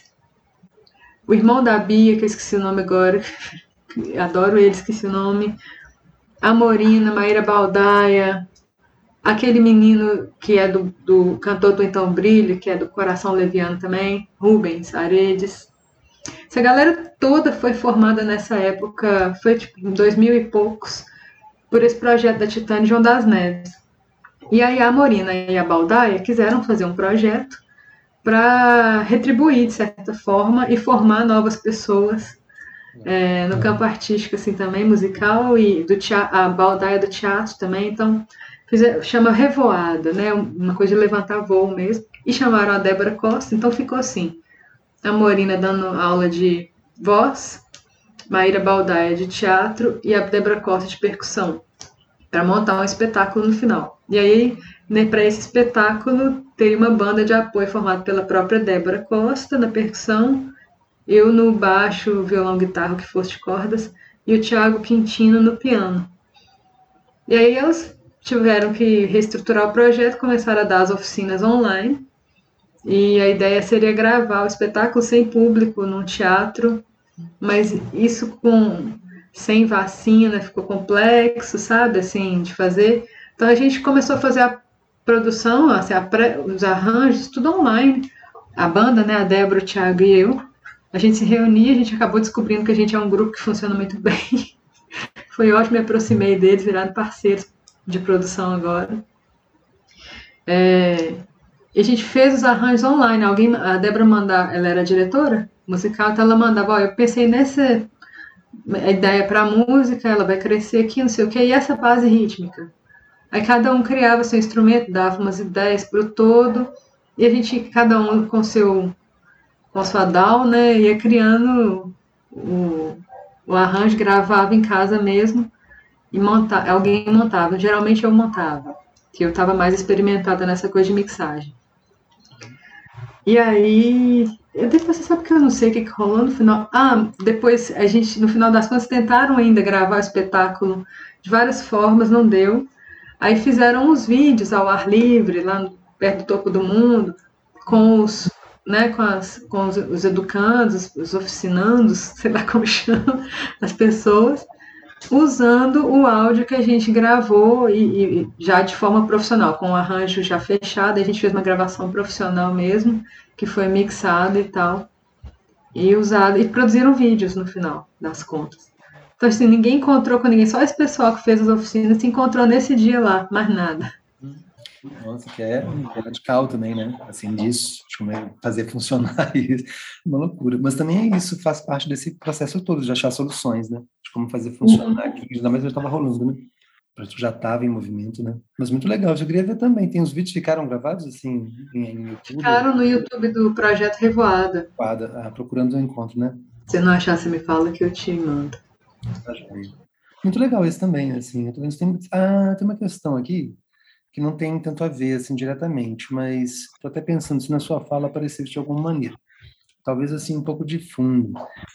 O irmão da Bia, que eu esqueci o nome agora, adoro ele, esqueci o nome. A Morina, Maíra Baldaia, aquele menino que é do, do cantor do Então Brilho, que é do Coração Leviano também, Rubens Aredes. Essa galera toda foi formada nessa época, foi tipo em dois mil e poucos, por esse projeto da Titane João das Neves. E aí a Morina e a Baldaia quiseram fazer um projeto para retribuir, de certa forma, e formar novas pessoas é, no campo artístico, assim, também, musical, e do teatro, a Baldaia do teatro também, então fizer, chama Revoada, né, uma coisa de levantar voo mesmo, e chamaram a Débora Costa, então ficou assim, a Morina dando aula de voz, Maíra Baldaia de teatro e a Débora Costa de percussão, para montar um espetáculo no final. E aí, né, para esse espetáculo, teria uma banda de apoio formada pela própria Débora Costa na percussão, eu no baixo, violão, guitarra, que fosse de cordas, e o Thiago Quintino no piano. E aí elas tiveram que reestruturar o projeto, começaram a dar as oficinas online, e a ideia seria gravar o espetáculo sem público, num teatro, mas isso com sem vacina ficou complexo, sabe, assim, de fazer. Então a gente começou a fazer a produção, assim, a pré, os arranjos, tudo online. A banda, né, a Débora, o Thiago e eu, a gente se reunia, a gente acabou descobrindo que a gente é um grupo que funciona muito bem. Foi ótimo, me aproximei deles, viraram parceiros de produção agora. É, e a gente fez os arranjos online. Alguém, a Débora mandava, ela era diretora musical, então ela mandava, ó, eu pensei nessa ideia para a música, ela vai crescer aqui, não sei o que, e essa base rítmica. Aí cada um criava seu instrumento, dava umas ideias para o todo, e a gente, cada um com seu com a sua D A W, né, ia criando o, o arranjo, gravava em casa mesmo, e monta, alguém montava. Geralmente eu montava, que eu estava mais experimentada nessa coisa de mixagem. E aí, depois você sabe que eu não sei o que, que rolou no final. Ah, depois a gente, no final das contas, tentaram ainda gravar o espetáculo de várias formas, não deu. Aí fizeram uns vídeos ao ar livre, lá no, perto do topo do mundo, com os, né, com, as, com os, os educandos, os oficinandos, sei lá como chama, as pessoas, usando o áudio que a gente gravou e, e já de forma profissional, com o arranjo já fechado, a gente fez uma gravação profissional mesmo, que foi mixada e tal. e usado, e produziram vídeos no final das contas. Então, assim, ninguém encontrou com ninguém, só esse pessoal que fez as oficinas se encontrou nesse dia lá, mais nada. Nossa, que é radical também, né? Assim, disso, de como é fazer funcionar isso. Uma loucura. Mas também é isso, faz parte desse processo todo, de achar soluções, né? De como fazer funcionar aqui. Ainda mais já estava rolando, né? Já estava em movimento, né? Mas muito legal, eu queria ver também. Tem os vídeos que ficaram gravados, assim, em, em YouTube? Ficaram no YouTube do Projeto Revoada. Ah, procurando um encontro, né? Se não achar, você me fala que eu te mando. Tá joia. Muito legal esse também, assim. Eu tô vendo, tem, ah, tem uma questão aqui que não tem tanto a ver, assim, diretamente, mas estou até pensando se na sua fala apareceu de alguma maneira. Talvez, assim, um pouco de fundo.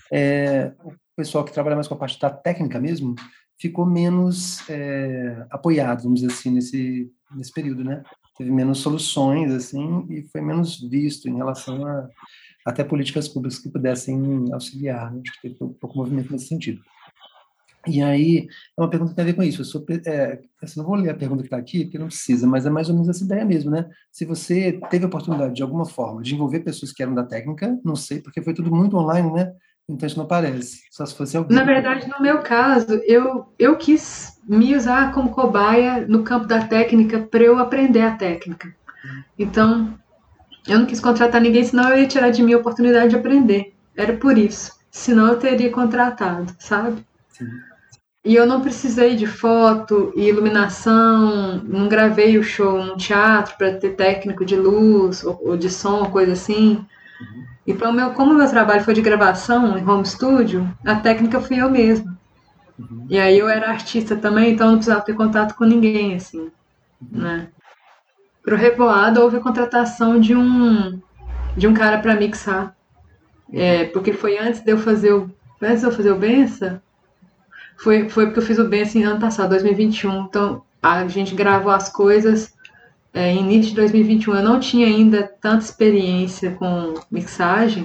É, o pessoal que trabalha mais com a parte da técnica mesmo ficou menos é, apoiado, vamos dizer assim, nesse, nesse período, né? Teve menos soluções, assim, e foi menos visto em relação a até políticas públicas que pudessem auxiliar, né? Acho que teve um pouco de movimento nesse sentido. E aí, é uma pergunta que tem a ver com isso. Eu sou, é, assim, não vou ler a pergunta que está aqui, porque não precisa, mas é mais ou menos essa ideia mesmo, né? Se você teve a oportunidade, de alguma forma, de envolver pessoas que eram da técnica, não sei, porque foi tudo muito online, né? Então isso não aparece. Só se fosse Na alguém. verdade, no meu caso, eu, eu quis me usar como cobaia no campo da técnica para eu aprender a técnica. Então, eu não quis contratar ninguém, senão eu ia tirar de mim a oportunidade de aprender. Era por isso. Senão eu teria contratado, sabe? Sim. E eu não precisei de foto e iluminação, não gravei o show no teatro para ter técnico de luz ou, ou de som, coisa assim. Uhum. Então, meu, como o meu trabalho foi de gravação em home studio, a técnica fui eu mesma. Uhum. E aí eu era artista também, então não precisava ter contato com ninguém, assim, Uhum. né? Pro Revoada houve a contratação de um de um cara para mixar, Uhum. é, porque foi antes de eu fazer o antes de eu fazer o Bença, foi foi porque eu fiz o Bença em ano passado, dois mil e vinte e um. Então a gente gravou as coisas é, em início de dois mil e vinte e um. Eu não tinha ainda tanta experiência com mixagem,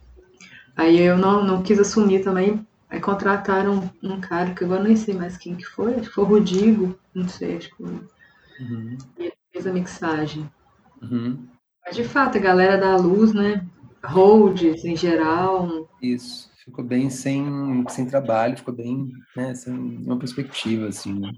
aí eu não, não quis assumir também. Aí contrataram um, um cara que agora nem sei mais quem que foi, acho que foi o Rodrigo, não sei, acho que foi. Uhum. E ele fez a mixagem. Uhum. Mas de fato, a galera da luz, né? Holds em geral. Isso. Ficou bem sem, sem trabalho, ficou bem, né, sem uma perspectiva, assim, né?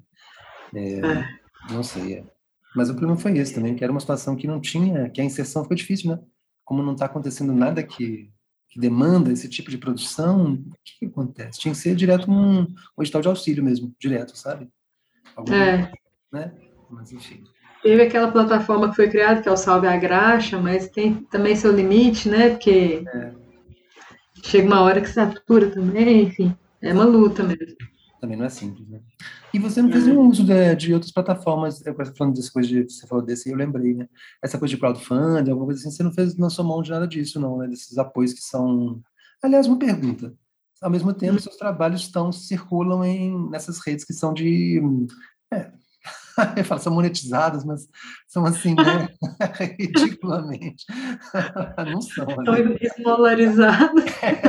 É, Não sei, é. Mas o problema foi esse também, que era uma situação que não tinha, que a inserção ficou difícil, né? Como não está acontecendo nada que, que demanda esse tipo de produção, o que, que acontece? Tinha que ser direto um, um edital de auxílio mesmo, direto, sabe? Alguma coisa, é. né? Mas enfim. Teve aquela plataforma que foi criada, que é o Salve a Graxa, mas tem também seu limite, né? Porque É, chega uma hora que satura também, enfim. É uma luta mesmo. também não é simples, né? E você não fez nenhum uso de, de outras plataformas, eu estava falando dessa coisa de, você falou desse, eu lembrei, né? Essa coisa de crowdfunding, alguma coisa assim, você não fez, não sua mão de nada disso, não, né? Desses apoios que são... Aliás, uma pergunta. Ao mesmo tempo, seus trabalhos estão, circulam em, nessas redes que são de... É, eu falo, são monetizadas, mas são assim, né? Ridiculamente. Não são, Estão né? esmolarizados.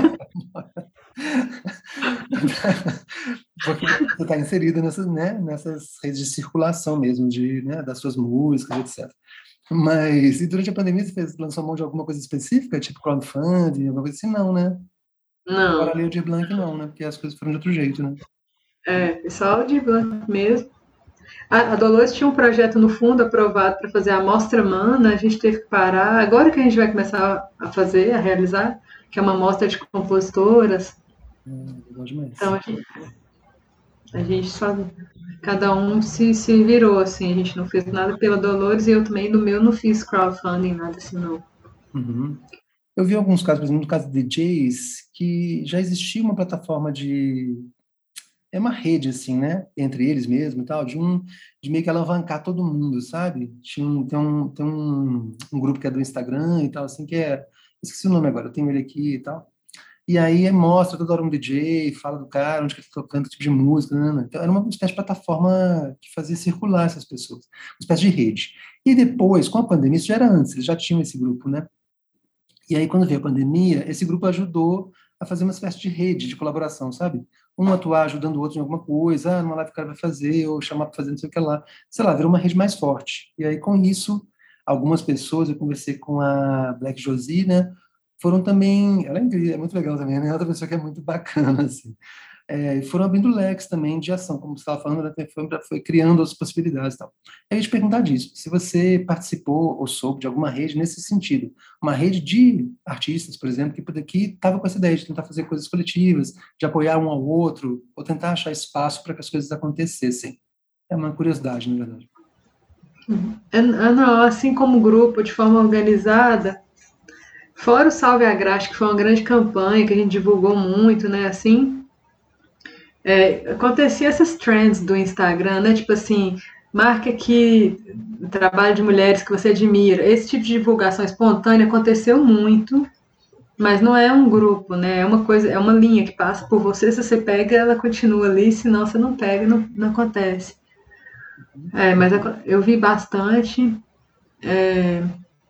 Porque você está inserido nessas, né, nessas redes de circulação mesmo, de, né, das suas músicas, etcétera. Mas, e durante a pandemia você fez, lançou mão de alguma coisa específica, tipo crowdfunding, alguma coisa assim? Não, né? Agora a Não. Lei Aldir Blanc não, né? Porque as coisas foram de outro jeito, né? É, só de Blanc mesmo. A, a Dolores tinha um projeto no fundo aprovado para fazer a Mostra Mana, a gente teve que parar. Agora que a gente vai começar a fazer, a realizar, que é uma mostra de compositoras. Hum, legal demais. Então a gente, a gente só. Cada um se, se virou, assim. A gente não fez nada pela Dolores e eu também, no meu, não fiz crowdfunding, nada assim, não. Uhum. Eu vi alguns casos, por exemplo, no caso de D Js, que já existia uma plataforma de é uma rede, assim, né? Entre eles mesmo e tal, de um, de meio que alavancar todo mundo, sabe? Tinha um, tem um, tem um, um grupo que é do Instagram e tal, assim, que é, esqueci o nome agora, eu tenho ele aqui e tal. E aí mostra toda hora um D J, fala do cara, onde que ele tá tocando, que tipo de música, né? né. Então era uma espécie de plataforma que fazia circular essas pessoas, uma espécie de rede. E depois, com a pandemia, isso já era antes, eles já tinham esse grupo, né? E aí, quando veio a pandemia, esse grupo ajudou a fazer uma espécie de rede de colaboração, sabe? Um atuar ajudando o outro em alguma coisa, ah, numa live o cara vai fazer, ou chamar para fazer não sei o que lá. Sei lá, virou uma rede mais forte. E aí, com isso, algumas pessoas, eu conversei com a Black Josie, né? foram também, ela é incrível, é muito legal também, né? Outra pessoa que é muito bacana, assim. É, e foram abrindo leques também de ação, como você estava falando, né, foi, foi criando as possibilidades e tal. Eu ia te perguntar disso, se você participou ou soube de alguma rede nesse sentido, uma rede de artistas, por exemplo, que estava com essa ideia de tentar fazer coisas coletivas, de apoiar um ao outro, ou tentar achar espaço para que as coisas acontecessem. É uma curiosidade, na verdade. É, não, assim como grupo, de forma organizada, fora o Salve a Graxa, que foi uma grande campanha, que a gente divulgou muito, né, assim, é, acontecia essas trends do Instagram, né, tipo assim, marca aqui o trabalho de mulheres que você admira. Esse tipo de divulgação espontânea aconteceu muito, mas não é um grupo, né, é uma coisa, é uma linha que passa por você, se você pega, ela continua ali, senão você não pega, não, não acontece. É, mas eu vi bastante. É,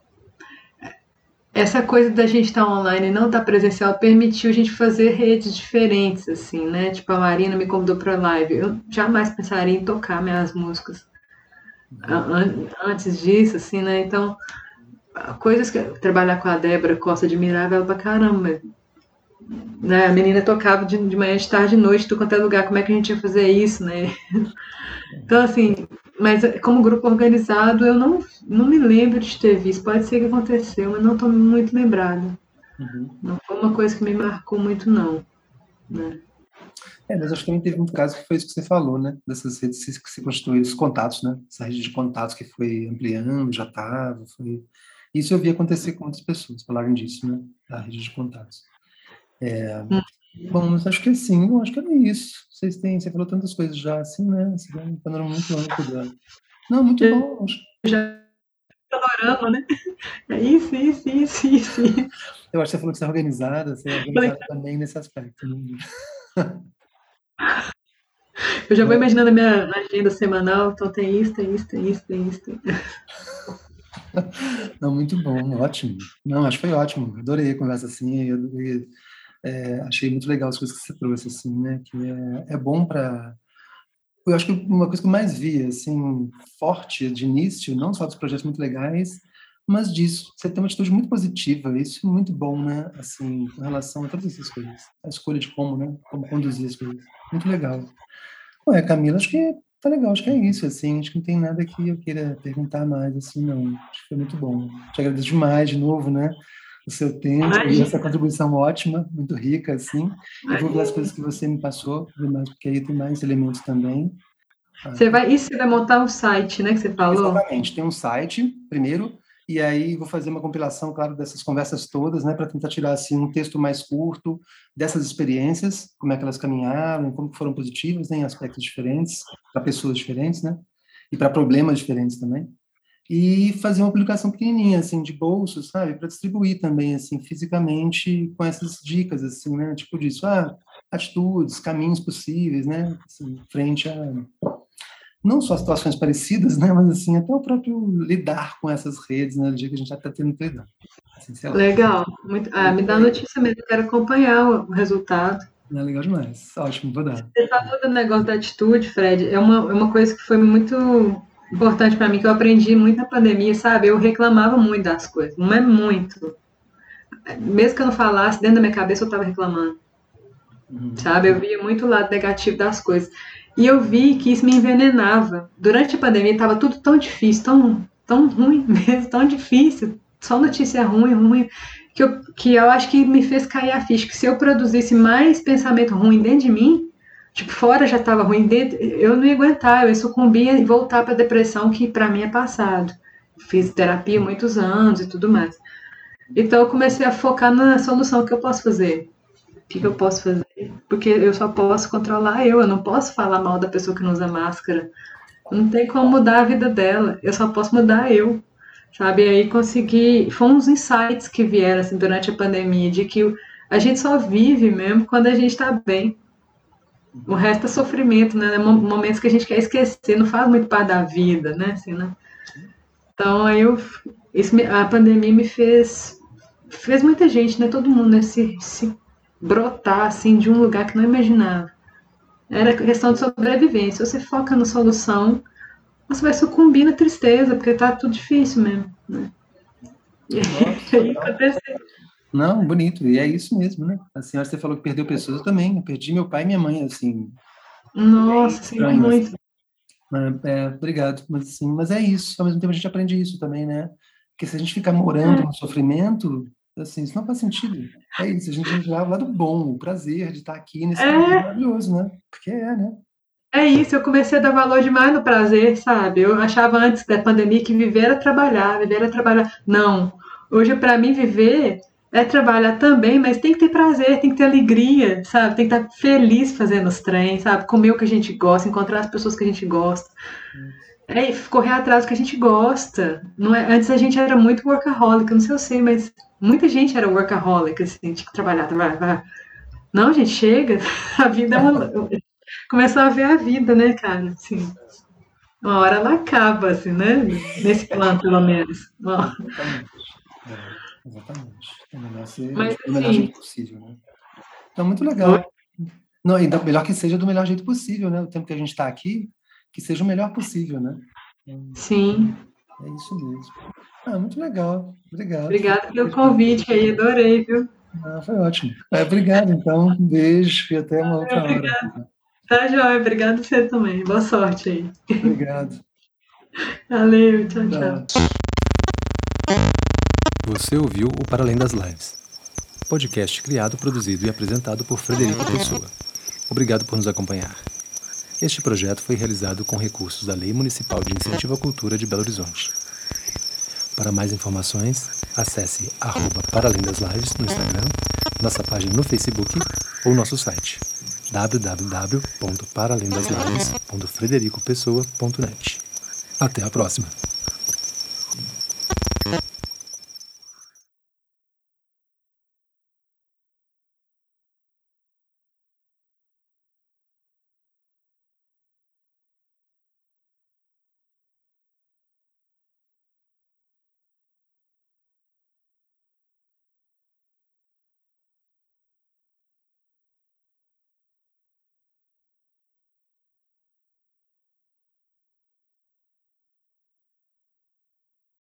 essa coisa da gente estar online e não estar presencial permitiu a gente fazer redes diferentes, assim, né? Tipo, a Marina me convidou para live. Eu jamais pensaria em tocar minhas músicas uhum. antes disso, assim, né? Então, coisas que trabalhar com a Débora Costa, admirava ela pra caramba. Né? A menina tocava de, de manhã, de tarde, de noite, tudo quanto é lugar. Como é que a gente ia fazer isso, né? Então, assim, mas como grupo organizado, eu não, não me lembro de ter visto. Pode ser que aconteceu, mas não estou muito lembrada. Uhum. Não foi uma coisa que me marcou muito, não. Né? É, mas acho que também teve um caso que foi isso que você falou, né? Dessas redes que se constituíram, os contatos, né? Essa rede de contatos que foi ampliando, já estava, foi... Isso eu vi acontecer com outras pessoas, falaram disso, né? Da rede de contatos. É... Hum. Bom, mas acho que assim, eu acho que é isso. Vocês têm, você falou tantas coisas já, assim, né? Você deu um panorama muito amplo da... Não, muito eu bom. Acho... Já panorama, né? É isso, isso, isso, isso. Eu acho que você falou que você é organizada, você é organizada também nesse aspecto, né? Eu já vou é. imaginando a minha agenda semanal, então tem isso, tem isso, tem isso, tem isso. Tem... Não, muito bom, ótimo. Não, acho que foi ótimo. Adorei a conversa assim, eu adorei, é, achei muito legal as coisas que você trouxe, assim, né? Que é, é bom para... Eu acho que uma coisa que eu mais vi, assim, forte de início, não só dos projetos muito legais, mas disso. Você tem uma atitude muito positiva, isso é muito bom, né? Assim, com relação a todas essas coisas. A escolha de como, né? Como conduzir as coisas. Muito legal. Ué, Camila, acho que tá legal, acho que é isso, assim, acho que não tem nada que eu queira perguntar mais, assim, não. Acho que foi muito bom. Te agradeço demais, de novo, né? O seu tempo e essa contribuição ótima, muito rica, assim. Eu vou ver as coisas que você me passou, mais, porque aí tem mais elementos também. Você vai, isso você vai montar um site, né, que você falou? Exatamente, tem um site, primeiro, e aí vou fazer uma compilação, claro, dessas conversas todas, né, para tentar tirar, assim, um texto mais curto dessas experiências, como é que elas caminharam, como foram positivas, né, em aspectos diferentes, para pessoas diferentes, né, e para problemas diferentes também. E fazer uma publicação pequenininha, assim, de bolso, sabe, para distribuir também, assim, fisicamente, com essas dicas, assim, né, tipo disso, ah, atitudes, caminhos possíveis, né, assim, frente a... não só situações parecidas, né, mas assim, até o próprio lidar com essas redes, né, do dia que a gente já está tendo que lidar. Assim, legal. Muito, ah, me dá notícia mesmo, quero acompanhar o resultado. É legal demais. Ótimo, vou dar. Você falou do negócio da atitude, Fred, é uma, é uma coisa que foi muito importante para mim, que eu aprendi muito na pandemia, sabe? Eu reclamava muito das coisas, não é muito. Mesmo que eu não falasse, dentro da minha cabeça eu estava reclamando. Uhum. Sabe? Eu via muito o lado negativo das coisas. E eu vi que isso me envenenava. Durante a pandemia estava tudo tão difícil, tão, tão ruim mesmo, tão difícil. Só notícia ruim, ruim, que eu, que eu acho que me fez cair a ficha. Que se eu produzisse mais pensamento ruim dentro de mim, tipo, fora já estava ruim dentro, eu não ia aguentar, eu ia sucumbir e voltar para a depressão, que para mim é passado. Fiz terapia há muitos anos e tudo mais. Então eu comecei a focar na solução que eu posso fazer. O que, que eu posso fazer? Porque eu só posso controlar eu, eu não posso falar mal da pessoa que não usa máscara. Não tem como mudar a vida dela, eu só posso mudar eu, sabe? E aí consegui, foram uns insights que vieram assim, durante a pandemia, de que a gente só vive mesmo quando a gente está bem. O resto é sofrimento, né? Momentos que a gente quer esquecer, não faz muito parte da vida, né? Assim, né? Então, aí eu, isso, a pandemia me fez, fez muita gente, né? Todo mundo, né? Se, se brotar assim de um lugar que não imaginava. Era questão de sobrevivência. Se você foca na solução, você vai sucumbir na tristeza, porque tá tudo difícil mesmo, né? E aí aconteceu. Não, bonito, e é isso mesmo, né? A senhora, você falou que perdeu pessoas, eu também, eu perdi meu pai e minha mãe, assim, Nossa, sinto estranho, assim. muito. É, é, obrigado, mas assim, mas é isso, ao mesmo tempo a gente aprende isso também, né? Porque se a gente ficar morando no sofrimento, assim, isso não faz sentido. É isso, a gente tem que olhar o lado bom, o prazer de estar aqui nesse país É, maravilhoso, né? Porque é, né? é isso, eu comecei a dar valor demais no prazer, sabe? Eu achava antes da pandemia que viver era trabalhar, viver era trabalhar. Não. Hoje, para mim, viver é trabalhar também, mas tem que ter prazer, tem que ter alegria, sabe? Tem que estar feliz fazendo os trem, sabe? Comer o que a gente gosta, encontrar as pessoas que a gente gosta. É correr atrás do que a gente gosta. Não é, antes a gente era muito workaholic, eu não sei eu sei, mas muita gente era workaholic, assim, tinha que trabalhar, trabalhar, trabalhar. Não, gente, chega. A vida é uma. Começar a ver a vida, né, cara? Assim, uma hora ela acaba, assim, né? Nesse plano, pelo menos. Ó, Exatamente. É, exatamente. É melhor ser mas do melhor assim, jeito possível, né? Então, muito oi? legal. Não, ainda melhor que seja do melhor jeito possível, né? O tempo que a gente está aqui, que seja o melhor possível, né? Então, Sim. é isso mesmo. Ah, muito legal. Obrigado. Obrigada pelo convite aí, adorei, viu? Ah, foi ótimo. É, obrigado, então. Um beijo e até uma outra hora. Tá, joia. Obrigada você também. Boa sorte aí. Obrigado. Valeu, tchau, tchau. Tchau. Você ouviu o Para Além das Lives, podcast criado, produzido e apresentado por Frederico Pessoa. Obrigado por nos acompanhar. Este projeto foi realizado com recursos da Lei Municipal de Incentivo à Cultura de Belo Horizonte. Para mais informações, acesse arroba Para Além das Lives no Instagram, nossa página no Facebook ou nosso site w w w ponto para além das lives ponto frederico pessoa ponto net. Até a próxima!